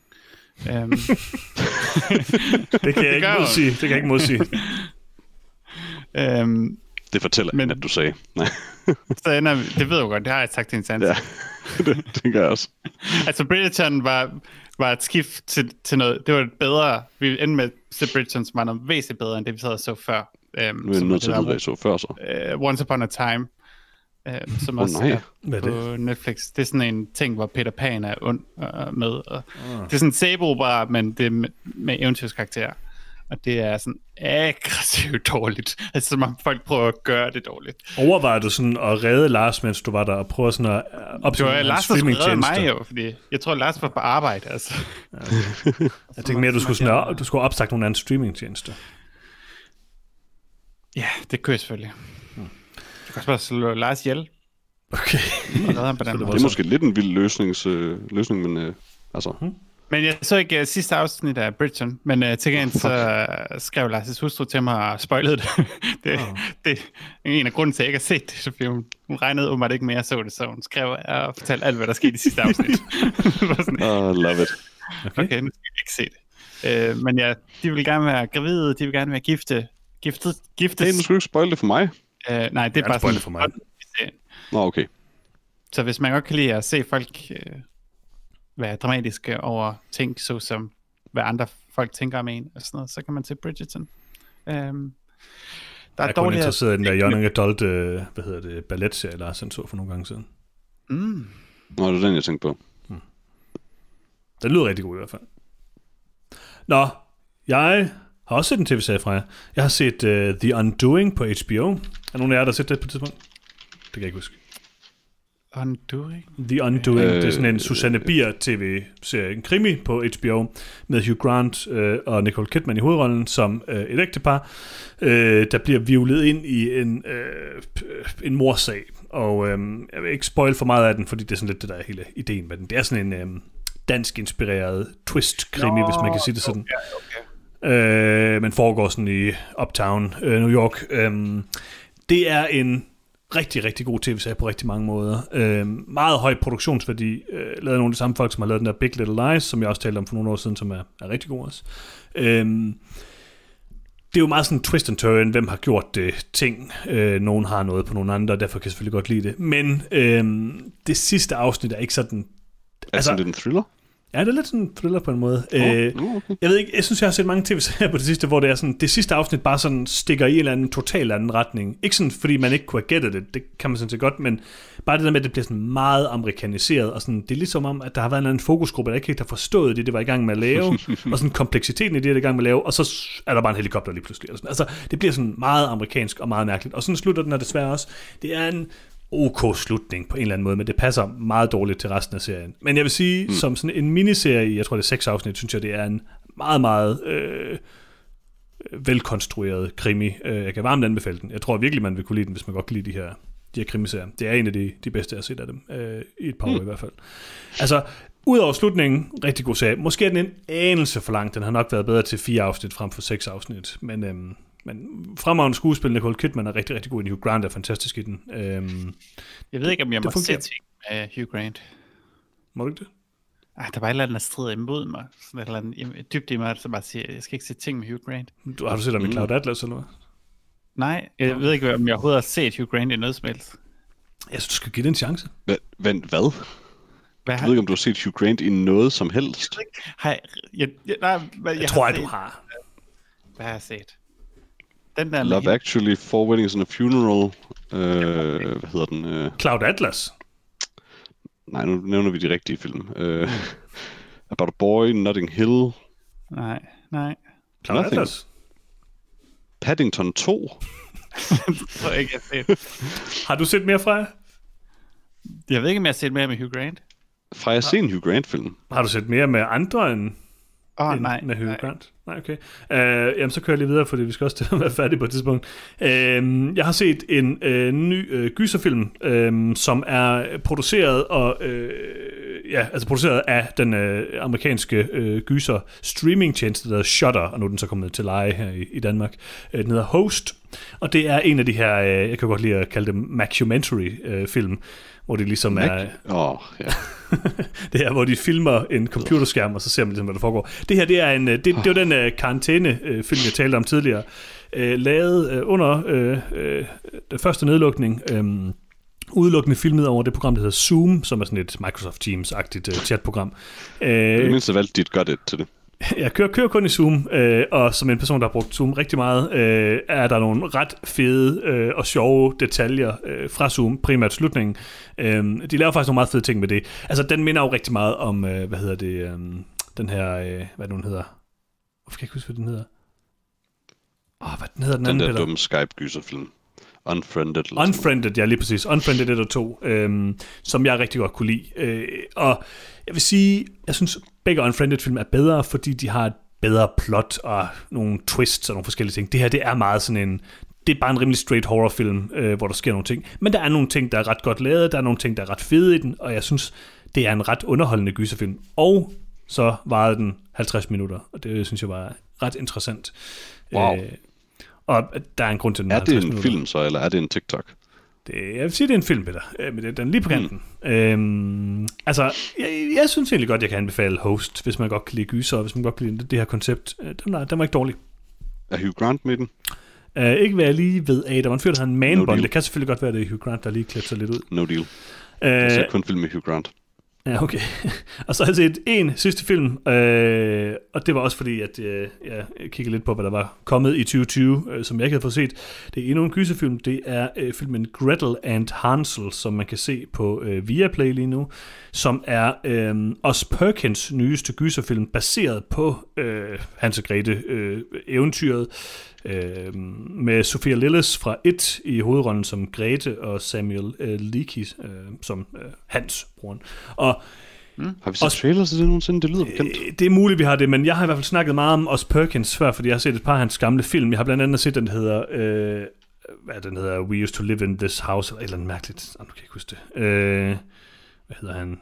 Det kan jeg ikke modsige. Det kan jeg ikke modsige. Det fortæller jeg, at du sagde. Nej. Så ender det ved jeg godt, det har jeg sagt til en sans. Ja, det gør jeg også. Altså Bridgerton var et skift til noget, det var bedre, vi endte med at Bridgerton, som var noget væsentligt bedre, end det vi så før. Nu er jeg nødt til at vide, så før så. Once Upon a Time, som også er på Netflix. Det er sådan en ting, hvor Peter Pan er ond med. Og det er sådan en sæbeopera, men det er med eventyrskarakterer. Og det er sådan aggressivt dårligt. Altså som om folk prøver at gøre det dårligt. Overvejede du sådan at redde Lars, mens du var der, og prøve sådan at opsøge en streamingtjeneste? Lars mig jo, fordi jeg tror, Lars var på arbejde. Altså. Okay. Jeg tænkte mere, at du skulle opsagt nogle andre streamingtjenester. Ja, det kunne jeg selvfølgelig. Du kan også bare slå Lars ihjel. Okay. Det er måske lidt en vild løsning, men altså... Men jeg så ikke sidste afsnit af Bridgerton, men til gengæld så skrev Lars' hustru til mig og spoilede det. Det er en af grunden til, at jeg ikke har set det, så hun regnede åbenbart ikke mere, så det, så hun skrev og fortalte alt, hvad der skete i sidste afsnit. Love it. Okay, nu skal jeg ikke se det. Men ja, de vil gerne være gravide, de vil gerne være giftes. Hey, nu skal du ikke spoil det for mig. Nej, det er bare sådan, for mig. Nå, okay. Så hvis man godt kan lide at se folk være dramatiske over ting, såsom hvad andre folk tænker om en, og sådan noget, så kan man se Bridgerton. Der er kun interesseret i den der young adult, balletserie, Lars han så for nogle gange siden. Nå, det er den, jeg tænkte på. Den lyder rigtig god i hvert fald. Nå, jeg har også set en tv-serie fra jer. Jeg har set The Undoing på HBO. Er nogen af jer, der har set det på et tidspunkt? Det kan jeg ikke huske. Undoing? The Undoing, det er sådan en Susanne Bier tv-serie, en krimi på HBO, med Hugh Grant og Nicole Kidman i hovedrollen, som et ægtepar, der bliver hvirvlet ind i en mordsag. Og jeg vil ikke spoil for meget af den, fordi det er sådan lidt det, der er hele ideen med den. Det er sådan en dansk-inspireret twist-krimi, hvis man kan sige det sådan. Okay. Men foregår sådan i Uptown, New York. Det er en rigtig, rigtig god tv-serie på rigtig mange måder. Meget høj produktionsværdi. Lavet nogle af de samme folk, som har lavet den der Big Little Lies, som jeg også talte om for nogle år siden, som er rigtig god også. Det er jo meget sådan twist and turn, hvem har gjort det ting. Nogen har noget på nogle andre, derfor kan jeg selvfølgelig godt lide det. Men det sidste afsnit er ikke sådan... Altså, er det en thriller? Ja, det er lidt sådan en thriller på en måde. Okay. Jeg ved ikke, jeg synes, jeg har set mange tv-serier på det sidste, hvor det er sådan, det sidste afsnit bare sådan stikker i en eller anden total anden retning. Ikke sådan, fordi man ikke kunne have gættet det, det kan man sådan set godt, men bare det der med, at det bliver sådan meget amerikaniseret, og sådan, det er ligesom om, at der har været en anden fokusgruppe, der ikke helt har forstået det var i gang med at lave, og sådan kompleksiteten i det, der er i gang med at lave, og så er der bare en helikopter lige pludselig. Eller sådan. Altså, det bliver sådan meget amerikansk og meget mærkeligt, og sådan slutter den her desværre også. Det er en OK-slutning på en eller anden måde, men det passer meget dårligt til resten af serien. Men jeg vil sige, som sådan en miniserie, jeg tror det er 6 afsnit, synes jeg, det er en meget, meget velkonstrueret krimi. Jeg kan varmt anbefale den. Jeg tror virkelig, man vil kunne lide den, hvis man godt kan lide de her krimiserier. Det er en af de bedste, jeg har set af dem, i et par år i hvert fald. Altså, udover slutningen, rigtig god serie. Måske er den en anelse for lang. Den har nok været bedre til 4 afsnit frem for 6 afsnit, men fremragende skuespil, Nicole Kidman er rigtig, rigtig god, og Hugh Grant er fantastisk i den. Jeg ved ikke, om jeg må se ting med Hugh Grant. Må du ikke det? Der var et eller andet, der strider imod mig. Sådan et eller andet dybt i mig, så bare siger, jeg skal ikke se ting med Hugh Grant. Har du set ham i Cloud Atlas eller noget? Nej, jeg ved ikke, om jeg overhovedet har set Hugh Grant i noget som helst. Jeg synes, du skal give det en chance. Hvad? Du ved ikke, om du har set Hugh Grant i noget som helst? Jeg tror, at du har. Hvad har jeg set? Den der Love Actually, 4 Weddings and a Funeral. Hvad hedder den? Cloud Atlas? Nej, nu nævner vi de rigtige film. About a Boy, Notting Hill. Nej. Cloud Atlas? Paddington 2. tror jeg ikke, jeg har set. Har du set mere fra? Jeg ved ikke, om jeg har set mere med Hugh Grant. Fra jeg set en Hugh Grant-film. Har du set mere med andre end nej, med Hugh Grant? Nej, okay. Jamen, så kører jeg lige videre, fordi vi skal også til at være færdige på et tidspunkt. Jeg har set en ny gyserfilm, som er produceret produceret af den amerikanske gyser streamingtjeneste, der hedder Shudder, og nu er den så kommet til leje her i Danmark. Den hedder Host, og det er en af de her, jeg kan godt lide at kalde dem mockumentary-film, hvor det ligesom er... det er, hvor de filmer en computerskærm, og så ser man ligesom, hvad der foregår. Det her, det er det var den karantænefilm, jeg talte om tidligere, lavet under den første nedlukning, udelukkende filmet over det program, der hedder Zoom, som er sådan et Microsoft Teams-agtigt chatprogram. Det mindste valgte dit godt til det. Jeg kører kun i Zoom, og som en person, der har brugt Zoom rigtig meget, er der nogle ret fede og sjove detaljer fra Zoom, primært slutningen. De laver faktisk nogle meget fede ting med det. Altså, den minder jo rigtig meget om, den her, hvad den hedder? Hvorfor kan jeg ikke huske, hvad den hedder? Hvad den hedder den anden? Den der dumme Skype-gyserfilm. Unfriended, ja, lige præcis. Unfriended 1 og 2, som jeg rigtig godt kunne lide. Og jeg vil sige, jeg synes, begge Unfriended-film er bedre, fordi de har et bedre plot og nogle twists og nogle forskellige ting. Det her, det er meget sådan en... Det er bare en rimelig straight horrorfilm, hvor der sker nogle ting. Men der er nogle ting, der er ret godt lavet, der er nogle ting, der er ret fede i den, og jeg synes, det er en ret underholdende gyserfilm. Og så varede den 50 minutter, og det synes jeg var ret interessant. Wow. Og der er en grund til den. Er det en film så, eller er det en TikTok? Jeg vil sige, det er en film, Peter. Men den er lige på kanten. Jeg synes egentlig godt, jeg kan anbefale Host, hvis man godt kan lide gyser, og hvis man godt kan lide det her koncept. Den var ikke dårlig. Er Hugh Grant med den? Ikke hvad jeg lige ved af. Der var en fyr, der havde en man-bond. Det kan selvfølgelig godt være, det er Hugh Grant, der lige klædte sig lidt ud. No deal. Jeg ser kun film med Hugh Grant. Ja, okay. Og så har jeg set en sidste film, og det var også fordi, at jeg kiggede lidt på, hvad der var kommet i 2020, som jeg ikke havde fået set. Det er endnu en gyserfilm. Det er filmen Gretel and Hansel, som man kan se på Viaplay lige nu, som er Oz Perkins nyeste gyserfilm, baseret på Hans og Grete eventyret, med Sophia Lillis fra It i hovedrollen som Grete, og Samuel Leakey som Hans, broren. Og har vi set trailers til det nogensinde? Det lyder bekendt. Det er muligt, vi har det, men jeg har i hvert fald snakket meget om Oz Perkins før, fordi jeg har set et par af hans gamle film. Jeg har blandt andet set den, der hedder den hedder We Used to Live in This House, eller et eller andet mærkeligt. Nu kan jeg ikke huske det. Hvad hedder han?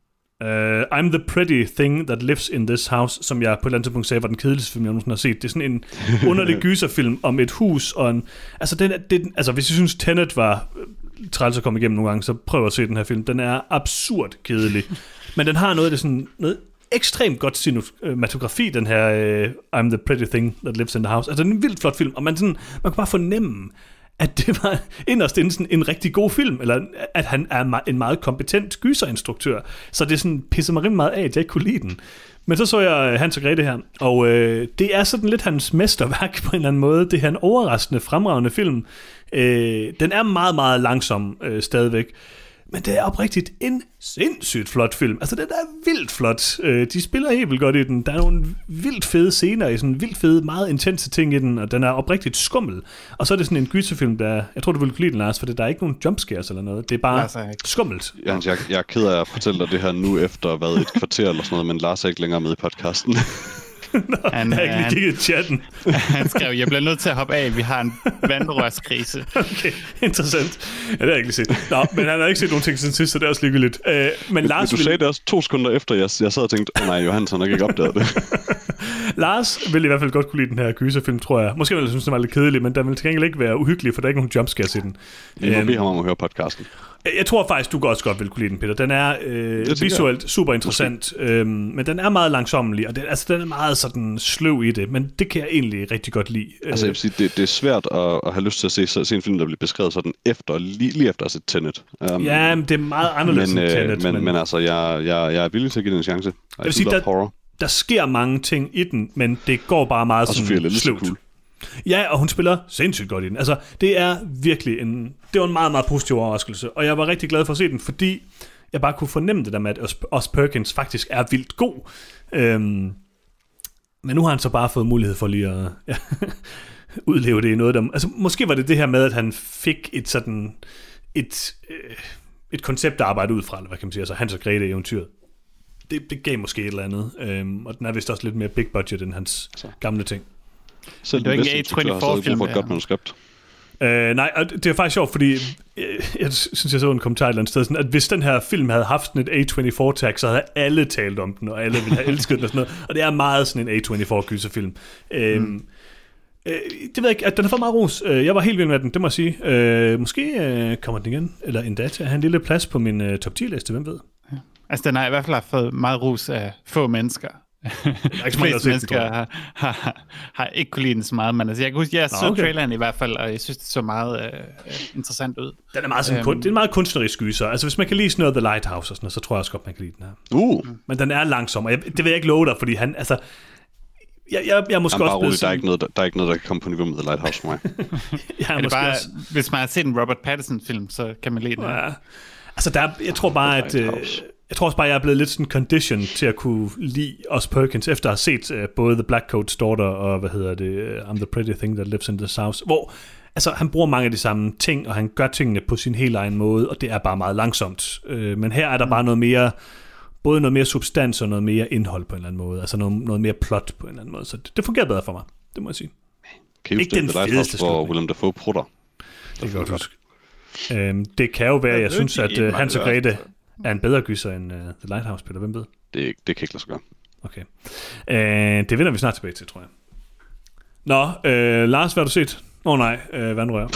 I'm the pretty thing that lives in this house, som jeg på et eller andet tidspunkt sagde var den kedeligste film, jeg nogensinde har set. Det er sådan en underlig gyserfilm om et hus, og en... Altså, hvis I synes Tenet var træls at komme igennem nogle gange, så prøv at se den her film. Den er absurd kedelig. Men den har noget ekstremt godt cinematografi, den her I'm the pretty thing that lives in the house. Altså, den er en vildt flot film, og man kan bare fornemme, at det var inderst inden sådan en rigtig god film, eller at han er en meget kompetent gyserinstruktør. Så det sådan pisser mig rimelig meget af, at jeg ikke kunne lide den. Men så jeg Hans og Grete her, og det er sådan lidt hans mesterværk på en eller anden måde. Det er en overraskende, fremragende film. Den er meget, meget langsom stadigvæk. Men det er oprigtigt en sindssygt flot film. Altså, den er vildt flot. De spiller helt vildt godt i den. Der er nogle vildt fede scener i sådan vildt fede, meget intense ting i den, og den er oprigtigt skummel. Og så er det sådan en gyserfilm, der... Jeg tror, du ville kunne lide den, Lars, for der er ikke nogen jumpscares eller noget. Det er bare skummelt. Jens, jeg er ked af at fortælle dig det her nu, efter et kvarter eller sådan noget, men Lars er ikke længere med i podcasten. Nå, jeg har ikke lige kigget i chatten. Han skrev, jeg bliver nødt til at hoppe af, vi har en vandrørskrise. Okay, interessant. Ja, det har jeg ikke lige set. Nå, men han har ikke set nogen ting siden sidst, så det er også ligegyldigt. Men Lars du sagde det også 2 sekunder efter, jeg sad og tænkte, nej, Johannes har nok ikke opdaget det. Lars ville i hvert fald godt kunne lide den her gyserfilm, tror jeg. Måske ville jeg synes, den var lidt kedelig, men der ville til gengæld ikke være uhyggelig, for der er ikke nogen jumpscares i den. Vi må bede ham om at høre podcasten. Jeg tror faktisk, du også godt vil kunne lide den, Peter. Den er visuelt super interessant, men den er meget langsommelig, og den er meget sådan sløv i det, men det kan jeg egentlig rigtig godt lide. Altså jeg vil sige, det er svært at have lyst til at se en film, der bliver beskrevet sådan lige efter at se Tenet. Ja, men det er meget anderledes end Tenet. Men altså, jeg er villig til at give den en chance. Jeg vil sige, der sker mange ting i den, men det går bare meget sådan sløvt. Cool. Ja, og hun spiller sindssygt godt i den. Altså, det er virkelig en meget, meget positiv overraskelse, og jeg var rigtig glad for at se den, fordi jeg bare kunne fornemme det der med, at Oz Perkins faktisk er vildt god. Men nu har han så bare fået mulighed for lige at udleve det i noget, der... Altså, måske var det her med, at han fik et koncept at arbejde ud fra, eller hvad kan man sige, altså Hans og Grete eventyret. det gav måske et eller andet. Og den er vist også lidt mere big budget end hans gamle ting. Selv det er den ikke bedste instruktør har stadig brug for et godt manuskript. Nej, og det er faktisk sjovt, fordi jeg synes, jeg så en kommentar et eller andet sted, sådan, at hvis den her film havde haft sådan et A24-tag, så havde alle talt om den, og alle ville have elsket den og sådan noget. Og det er meget sådan en A24-gyserfilm. Det ved jeg ikke, at den har fået meget ros. Jeg var helt vild med den, det må jeg sige. Måske kommer den igen, eller endda til at have en lille plads på min top 10-liste, hvem ved? Ja. Altså, den har i hvert fald fået meget ros af få mennesker. De fleste mennesker har ikke kunne lide den så meget, men altså, jeg kan huske, jeg så traileren i hvert fald, og jeg synes, det så meget interessant ud. Den er meget sådan, det er en meget kunstnerisk gyser. Altså, hvis man kan lide sådan noget The Lighthouse og sådan noget, så tror jeg også godt, man kan lide den her. Men den er langsom, og det vil jeg ikke love dig, fordi han, altså... Jeg er måske også roligt, der er ikke noget, der kan komme på niveau med The Lighthouse for mig. Er det bare, hvis man har set en Robert Pattinson-film, så kan man lide den. Ja. Altså, jeg tror bare, at... Jeg tror også bare, jeg er blevet lidt sådan condition til at kunne lide Oz Perkins, efter at have set både The Black Coat's Daughter og, I'm the Pretty Thing That Lives in the South, hvor altså, han bruger mange af de samme ting, og han gør tingene på sin helt egen måde, og det er bare meget langsomt. Men her er der bare noget mere, både noget mere substans og noget mere indhold på en eller anden måde, altså noget mere plot på en eller anden måde, så det fungerer bedre for mig, det må jeg sige. Kan ikke den fedeste hvor Willem Dafoe prutter? Det kan godt huske. Det kan jo være, jeg synes, at Hans og Grete er en bedre gyser end The Lighthouse, Peter. Hvem ved? Det kan ikke lade sig gøre. Okay. Det vender vi snart tilbage til, tror jeg. Nå, Lars, hvad har du set? Nej, vandrør.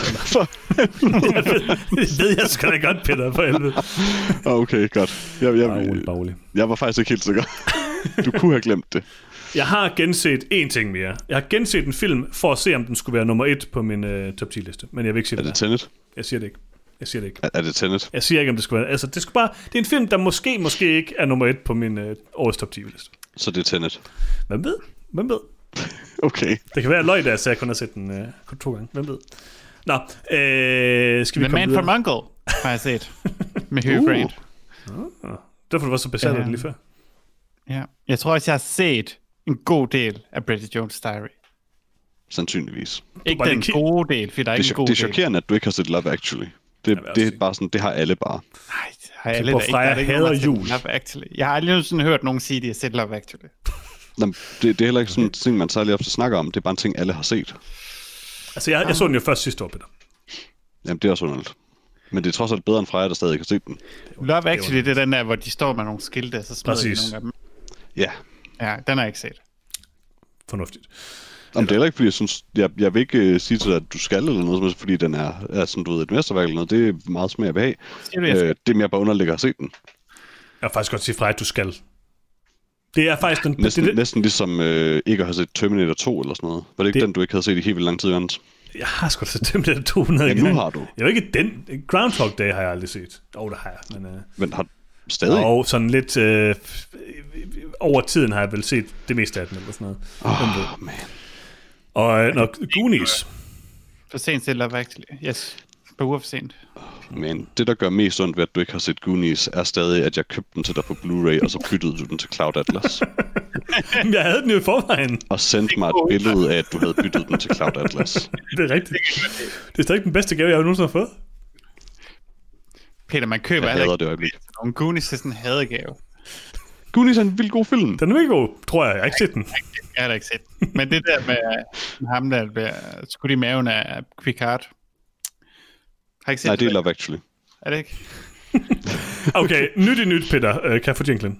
Det ved jeg sgu da godt, Peter, for helvede. Okay, godt. Jeg var faktisk ikke helt sikker. Du kunne have glemt det. Jeg har genset én ting mere. Jeg har genset en film for at se, om den skulle være nummer 1 på min top 10-liste. Men jeg vil ikke sige det. Er det Tenet? Jeg siger det ikke. Er det Tenet? Jeg siger ikke, om det skulle være. Altså, det er en film, der måske ikke er nummer 1 på min årets top 10-liste. Så det er Tenet? Hvem ved? Okay. Det kan være løg, der så jeg kun har set den kun 2 gange. Hvem ved? Nå, skal vi The Man from Uncle har jeg set. Med Hugh Grant. Derfor du var så besat af det lige før. Ja. Jeg tror også, jeg har set en god del af Bridget Jones' Diary. Sandsynligvis. Ikke den gode del, fordi der er ikke en god del. Det er chokerende, at du ikke har set Love Actually. Det er bare sådan, det har alle bare. Nej, det har alle der ikke. Hader jul. Love Actually. Jeg har aldrig sådan hørt nogen sige, at de har set Love Actually. Det er heller ikke sådan en ting, man særlig ofte snakker om. Det er bare en ting, alle har set. Altså, jeg så den jo først sidste år, Peter. Jamen, det er også underligt. Men det er trods alt bedre end Freja, der stadig ikke har set den. Love Actually, det er den der, hvor de står med nogle skilte, så smider de nogle af dem. Ja. Ja, den har jeg ikke set. Fornuftigt. Jamen, det er heller ikke, fordi jeg synes... Jeg vil ikke sige til dig, at du skal eller noget, fordi den er sådan, du ved, et mesterværk eller noget. Det er meget smag at behag. Det er mere bare underligt at se den. Jeg vil faktisk godt sige fra, at du skal. Det er faktisk den... Næsten ligesom ikke at have set Terminator 2 eller sådan noget. Var det ikke den, du ikke havde set i helt vildt lang tid, Jørgens? Jeg har sgu da set Terminator 200 gange. Ja, nu har du. Jeg ved ikke, den... Groundhog Day har jeg aldrig set. Det har jeg, men... Men har stadig? Og sådan lidt... over tiden har jeg vel set det meste af den, eller sådan noget. Man. Og Goonies. For sent til Love Actually. Yes. På uger for sent. Men det, der gør mest ondt ved, at du ikke har set Goonies, er stadig, at jeg købte den til dig på Blu-ray, og så byttede du den til Cloud Atlas. Jeg havde den jo i forvejen. Og sendte mig et billede af, at du havde byttet den til Cloud Atlas. Det er rigtigt. Det er stadig den bedste gave, jeg nogensinde har fået. Peter, man køber jeg hader det øjeblik. Nogle Goonies er sådan en hadegave. Goonies er en vildt god film. Den er virkelig god, tror jeg. Jeg har ikke set den. Jeg har ikke set den. Men det der med ham, der bliver skudt i maven af Picard. Har ikke set Nej, det er Love Actually. Er det ikke? Okay, nyt, Peter. Kan jeg få jinglen?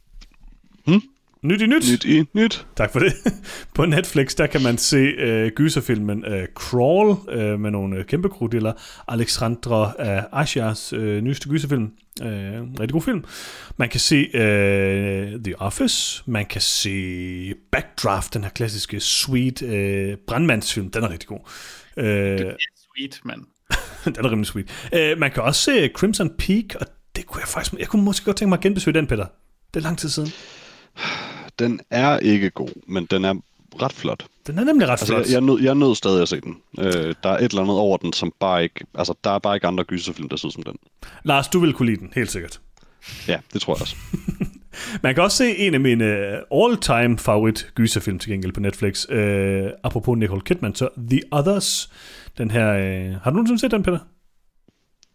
Nyt. Tak for det. På Netflix, der kan man se gyserfilmen Crawl med nogle kæmpe krokodiller. Alexandra Ashias nyeste gyserfilm. Rigtig god film. Man kan se The Office. Man kan se Backdraft, den her klassiske sweet brandmandsfilm. Den er rigtig god. Det er sweet, mand. Den er rimelig sweet. Man kan også se Crimson Peak, og det kunne jeg kunne måske godt tænke mig at genbesøge den, Peter. Det er lang tid siden. Den er ikke god, men den er ret flot. Den er nemlig ret flot. Jeg er nødt stadig at se den. Der er et eller andet over den, som bare ikke... Altså, der er bare ikke andre gyserfilm, der ser ud som den. Lars, du vil kunne lide den, helt sikkert. Ja, det tror jeg også. Man kan også se en af mine all-time favorit gyserfilm til gengæld på Netflix. Apropos Nicole Kidman, så The Others. Den her... har du nogensinde set den, Peter?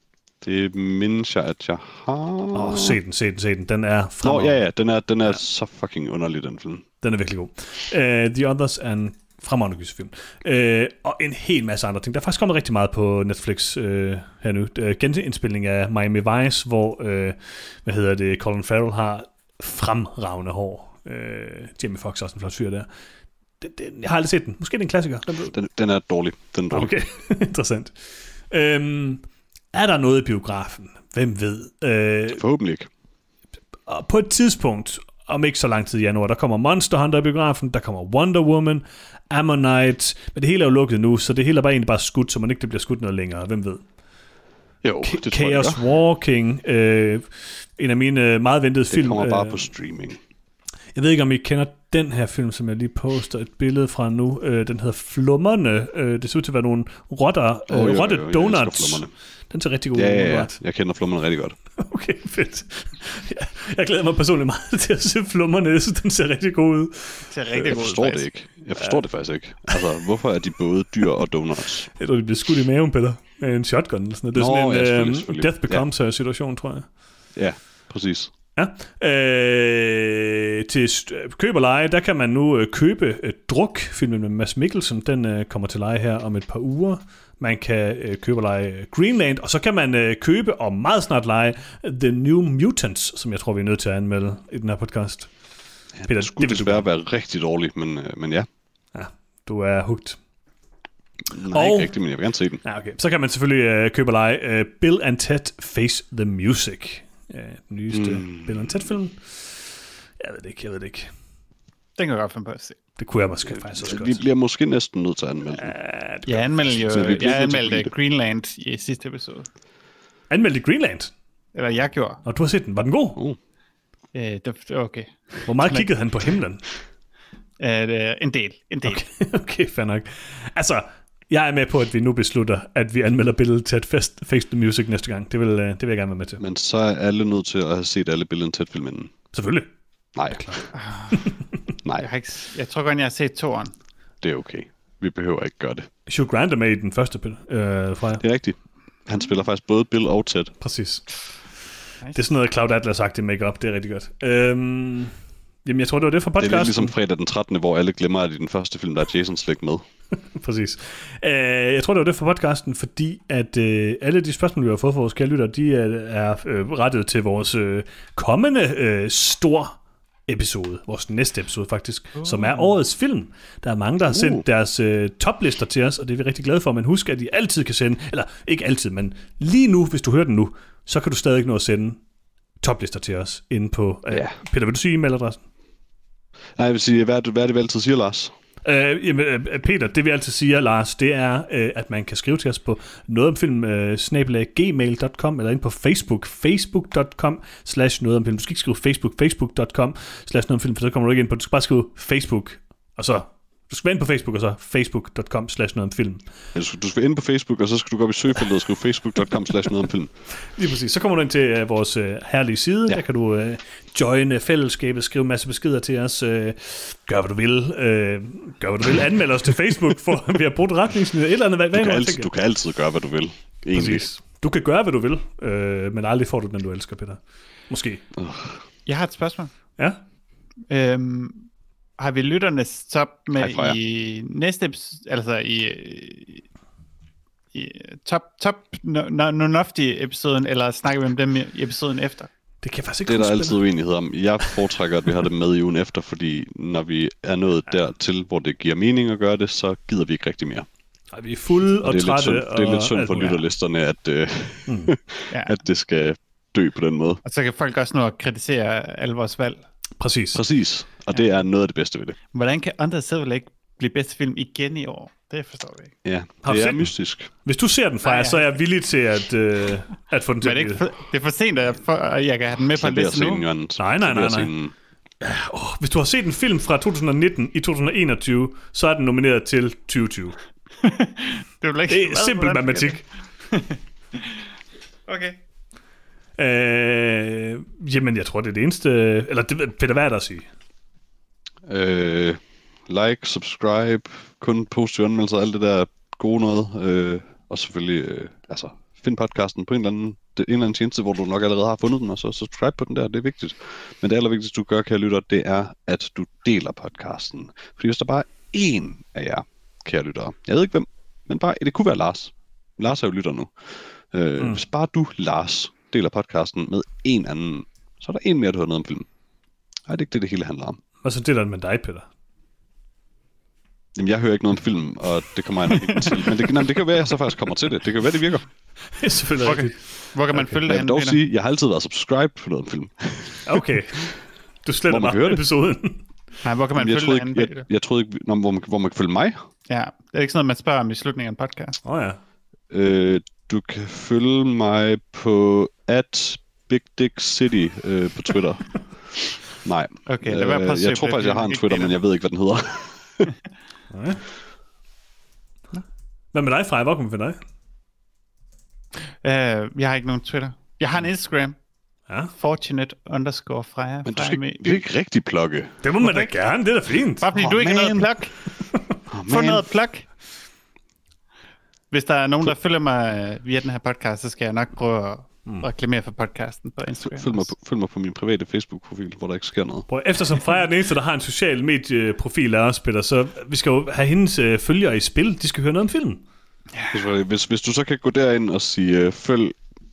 Det mindes jeg, at jeg har... Se den. Den er fremragende. Ja, den er så fucking underlig, den film. Den er virkelig god. The Others er en fremragende gyserfilm. Og en hel masse andre ting. Der er faktisk kommet rigtig meget på Netflix her nu. Genindspilning af Miami Vice, hvor Colin Farrell har fremragende hår. Jamie Foxx er også en flot fyr der. Jeg har aldrig set den. Måske er det en klassiker. Den er dårlig. Den er dårlig. Okay, interessant. Er der noget i biografen? Hvem ved? Forhåbentlig ikke. Og på et tidspunkt, om ikke så lang tid i januar, der kommer Monster Hunter i biografen, der kommer Wonder Woman, Ammonite, men det hele er jo lukket nu, så det hele er egentlig bare skudt, så man ikke det bliver skudt noget længere. Hvem ved? Jo, det Chaos tror jeg. Walking, en af mine meget ventede film. Det kommer bare på streaming. Jeg ved ikke, om I kender den her film, som jeg lige poster et billede fra nu. Den hedder Flummerne. Det ser ud til at være nogle rotte donuts. Den ser rigtig god ud. Ja, jeg kender Flummerne rigtig godt. Okay, fedt. Jeg glæder mig personligt meget til at se Flummerne. Jeg synes, den ser rigtig god ud. Jeg forstår det ikke. Jeg forstår det faktisk ikke. Altså, hvorfor er de både dyr og donuts? Jeg tror, de bliver skudt i maven, Peter. Med en shotgun eller sådan noget. Det er sådan en death becomes situation, tror jeg. Ja, præcis. Ja. Til køb og leje, der kan man nu købe Druk, filmen med Mads Mikkelsen. Den kommer til leje her om et par uger. Man kan købe og leje Greenland, og så kan man købe og meget snart leje The New Mutants, som jeg tror, vi er nødt til at anmelde i den her podcast. Ja, Peter, det skulle desværre være rigtig dårligt, men ja. Ja, du er hooked. Nej, ikke rigtigt, men jeg vil gerne se den. Ja, okay. Så kan man selvfølgelig købe og leje Bill and Ted Face the Music. Den nyeste Bill and Ted-film. Jeg ved det ikke. Den kan jeg godt finde på at se. Det kunne jeg måske faktisk også godt. Vi bliver måske næsten nødt til at anmelde den. Jeg anmeldte Greenland i sidste episode. Anmeldte Greenland? Eller jeg gjorde. Og du har set den. Var den god? Det var okay. Hvor meget kiggede han på himlen? En del. Okay, fair nok. Altså, jeg er med på, at vi nu beslutter, at vi anmelder billedet til at Face the Music næste gang. Det vil jeg gerne være med til. Men så er alle nødt til at have set alle billedet tæt filmen. Selvfølgelig. Nej. Nej. Jeg tror godt, jeg har set toeren. Det er okay. Vi behøver ikke gøre det. Hugh Grant er med i den første fra jer. Det er rigtigt. Han spiller faktisk både Bill og Ted. Præcis. Nice. Det er sådan noget Cloud Atlas-agtigt make-up. Det er rigtig godt. Jamen, jeg tror, det var det for podcasten. Det er lidt ligesom fredag den 13., hvor alle glemmer, at i den første film, der er Jason slet ikke med. Præcis. Jeg tror, det var det for podcasten, fordi at alle de spørgsmål, vi har fået fra vores kære lyttere, de er rettet til vores kommende stor episode, vores næste episode faktisk, som er årets film. Der er mange, der har sendt deres toplister til os, og det er vi rigtig glade for, men husk, at I altid kan sende, eller ikke altid, men lige nu, hvis du hører den nu, så kan du stadig nå at sende toplister til os inde på... Peter, vil du sige e-mailadressen? Nej, jeg vil sige, hvad er det, vi altid siger, Lars? Peter, det vi altid siger, Lars, det er, at man kan skrive til os på nogetomfilm@gmail.com eller ind på Facebook, facebook.com/nogetomfilm. Du skal ikke skrive facebook.com/nogetomfilm, for så kommer du ikke ind på. Du skal bare skrive Facebook, og så du skal være ind på Facebook, og så facebook.com/nogetomfilm. Du skal ind på Facebook, og så skal du gå op i søgefeltet og skrive facebook.com/nogetomfilm. Lige præcis. Så kommer du ind til vores herlige side. Der kan du joine fællesskabet, skrive en masse beskeder til os. Gør hvad du vil. Anmeld os til Facebook, for vi har brugt retningslinjer. Et eller andet. Du kan altid gøre, hvad du vil. Egentlig. Præcis. Du kan gøre, hvad du vil, men aldrig får du den, du elsker, Peter. Måske. Jeg har et spørgsmål. Ja? Har vi lytternes top med i næste episode, altså i top Nonofti-episoden, eller snakker vi om dem i episoden efter? Det kan faktisk ikke. Det er der altid uenighed om. Jeg foretrækker, at vi har det med i ugen efter, fordi når vi er nået dertil, hvor det giver mening at gøre det, så gider vi ikke rigtig mere. Ej, vi er fulde og trætte. Det er lidt synd for lytterlisterne, at det skal dø på den måde. Og så kan folk også nå at kritisere alle vores valg. Præcis. Og det er noget af det bedste ved det. Hvordan kan Under Civil ikke blive bedste film igen i år? Det forstår vi ikke. Ja, det er mystisk. Hvis du ser den fra så er jeg villig til at få den til at blive. Det er for sent, at jeg kan have den med på en liste nu. Nej. Hvis du har set en film fra 2019 i 2021, så er den nomineret til 2020. Det er simpel matematik. Okay. Jamen, jeg tror, det er det eneste... Eller, Peter, hvad er der at sige? Like, subscribe, kun positive anmeldelser, alt det der gode noget. Og selvfølgelig, find podcasten på en eller anden en eller anden tjeneste, hvor du nok allerede har fundet den, og så subscribe på den der, det er vigtigt. Men det allervigtigste, du gør, kære lytter, det er, at du deler podcasten. Fordi hvis der bare er én af jer, kære lyttere, jeg ved ikke hvem, men bare, det kunne være Lars. Lars er jo lytter nu. Hvis bare du, Lars, deler podcasten med en anden, så er der en mere, der hører noget om film. Nej, det er ikke det hele handler om. Og så deler den med dig, Peter. Jamen, jeg hører ikke noget om film, og det kommer jeg nok ikke til. Men det kan være, at jeg så faktisk kommer til det. Det kan være, det virker. Det er selvfølgelig rigtigt. Hvor kan man følge det? Jeg vil dog sige, at jeg har altid været subscribed på noget om film. Okay. Du sletter bare episoden. Nej, hvor kan man følge det? Jeg troede ikke, hvor man kan følge mig. Ja, det er ikke sådan noget, man spørger om i slutningen af en podcast. Ja. Du kan følge mig på @BigDickCity på Twitter. Nej. Okay, jeg tror faktisk, jeg har en Twitter, men jeg ved ikke, hvad den hedder. Nej. Hvad med dig, Freja? Hvor kan man finde dig? Jeg har ikke nogen Twitter. Jeg har en Instagram. Ja. Fortunate_Freja. Men du skal ikke rigtig plukke. Det må man da gerne, det er da fint. Bare fordi du ikke har noget plug. Få noget plug. Hvis der er nogen, der følger mig via den her podcast, så skal jeg nok prøve at reklamere for podcasten på Instagram. Følg mig på min private Facebook-profil, hvor der ikke sker noget. Eftersom Freja er den eneste, der har en social medieprofil af os, Peter, så vi skal jo have hendes følgere i spil. De skal høre noget om filmen. Ja. Hvis du så kan gå derind og sige, følg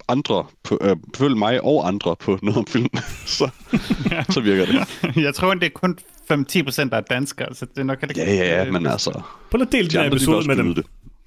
mig og andre på noget om film, så virker det. Jeg tror, det er kun 5-10% der er danskere, så det er nok ikke... Ja, men altså... Prøv at dele den her episode med dem.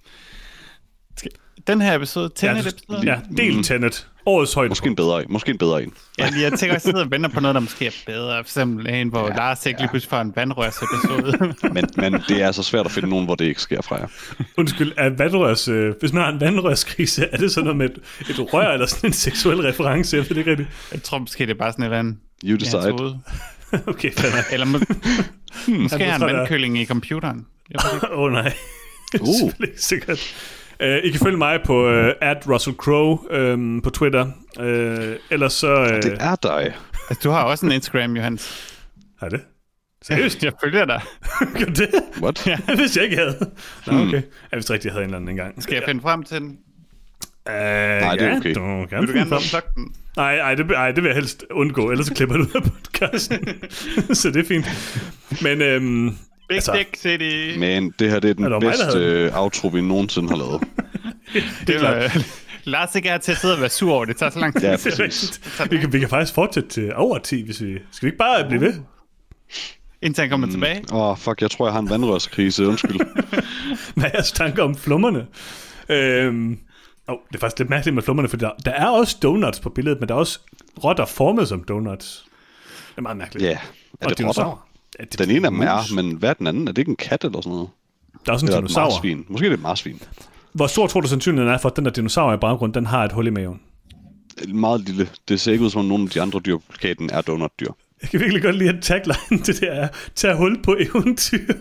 Den her episode, Tenet-episoden? Ja, del Tenet. Årets højdepunkt. Måske en bedre en. Ja, jeg tænker også, at jeg venter på noget, der måske er bedre. For eksempel en, hvor Lars ikke lige pludselig får en vandrørsepisode. men det er så svært at finde nogen, hvor det ikke sker fra jer. Undskyld, hvis man har en vandrørskrise, er det sådan noget med et rør eller sådan en seksuel reference? Jeg ved det ikke rigtigt. Jeg tror måske, det er bare sådan et eller andet. You decide. Okay, fandme. Eller måske har en vandkøling i computeren. Nej. Det er sikkert. I kan følge mig på @RussellCrowe på Twitter. Ellers så... Det er dig. Altså, du har også en Instagram, Johannes. Har det? Seriøst? Jeg følger dig. Gør det? What? Ja, hvis jeg ikke havde. Nå, okay. Jeg vidste rigtigt, jeg havde en eller anden engang. Skal jeg finde frem til den? Nej, det er okay. Vil du gerne plukke den? Nej, det vil jeg helst undgå, ellers så klipper du ud af podcasten. Så det er fint. Men... Big Dick City. Men det her, det er den bedste outro, vi nogensinde har lavet. Det er klart. Lars ikke er til at sidde og være sur over det. tager så lang tid. Ja, præcis. Vi kan faktisk fortsætte til over 10, hvis vi... Skal vi ikke bare blive ved? Indtil han kommer tilbage. Fuck, jeg tror, jeg har en vandrørskrise. Undskyld. Hvad er jeres tanker om flummerne? Det er faktisk lidt mærkeligt med flummerne, for der er også donuts på billedet, men der er også rotter formet som donuts. Det er meget mærkeligt. Ja, er det rotter? Den ene af dem er, men hvad er den anden? Er det ikke en kat eller sådan noget? Der er også en dinosaur. Marsvin. Måske er det et marsvin. Hvor stor tror du sandsynligheden er for, at den der dinosaur i baggrunden, den har et hul i maven? Meget lille. Det ser ikke ud som, om nogle af de andre dyr på plakaten er donutdyr. Jeg kan virkelig godt lide, at tagline til det er, tag hul på eventyret.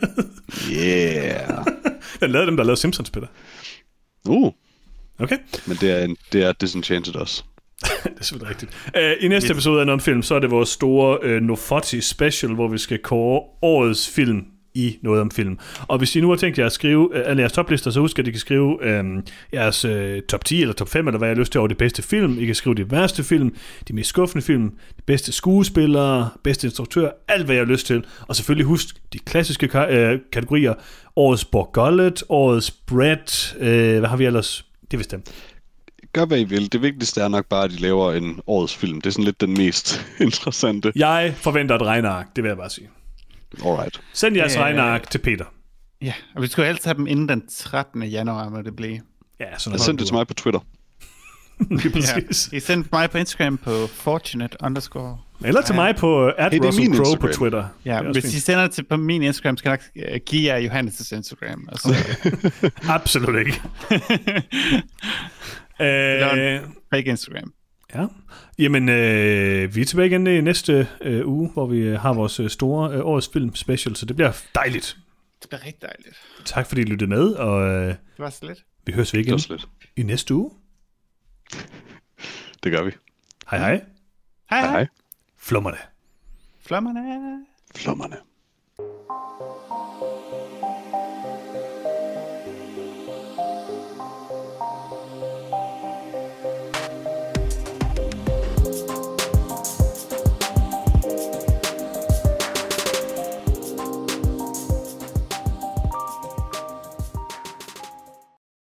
Yeah. Den lavede dem, der lavede Simpsons, Peter. Okay. Men det er Disenchanted også. Det er selvfølgelig rigtigt. I næste episode af Non-Film, så er det vores store Nofoti special, hvor vi skal kåre årets film i noget om film. Og hvis I nu har tænkt jer at skrive alle jeres toplister, så husk, at I kan skrive jeres top 10 eller top 5, eller hvad jeg har lyst til over de bedste film. I kan skrive de værste film, de mest skuffende film, de bedste skuespillere, bedste instruktør, alt hvad jeg har lyst til. Og selvfølgelig husk de klassiske kategorier. Årets Borgullet, årets Bread, hvad har vi ellers? Det er bestemt. Gør hvad I vil. Det vigtigste er nok bare, at de laver en årets film. Det er sådan lidt den mest interessante. Jeg forventer et regneark, det vil jeg bare sige. Alright. Send jeres regneark til Peter. Ja, og vi skulle helst have dem inden den 13. januar, må det blive. Ja, sådan send det til mig på Twitter. Præcis. I send mig på Instagram på Fortunate_. Eller til mig på @RussellCrowe på Twitter. Ja, hvis I sender det på min Instagram, skal jeg nok give jer Johannes' Instagram. Altså. Absolut ikke. Fake Instagram. Ja. Jamen, vi er tilbage igen i næste uge, hvor vi har vores store årets film special, så det bliver dejligt. Det bliver rigtig dejligt. Tak fordi I lyttede med, og det var så lidt. Vi høres igen i næste uge. Det gør vi. Hej hej. Hej hej. Flummerne. Flummerne.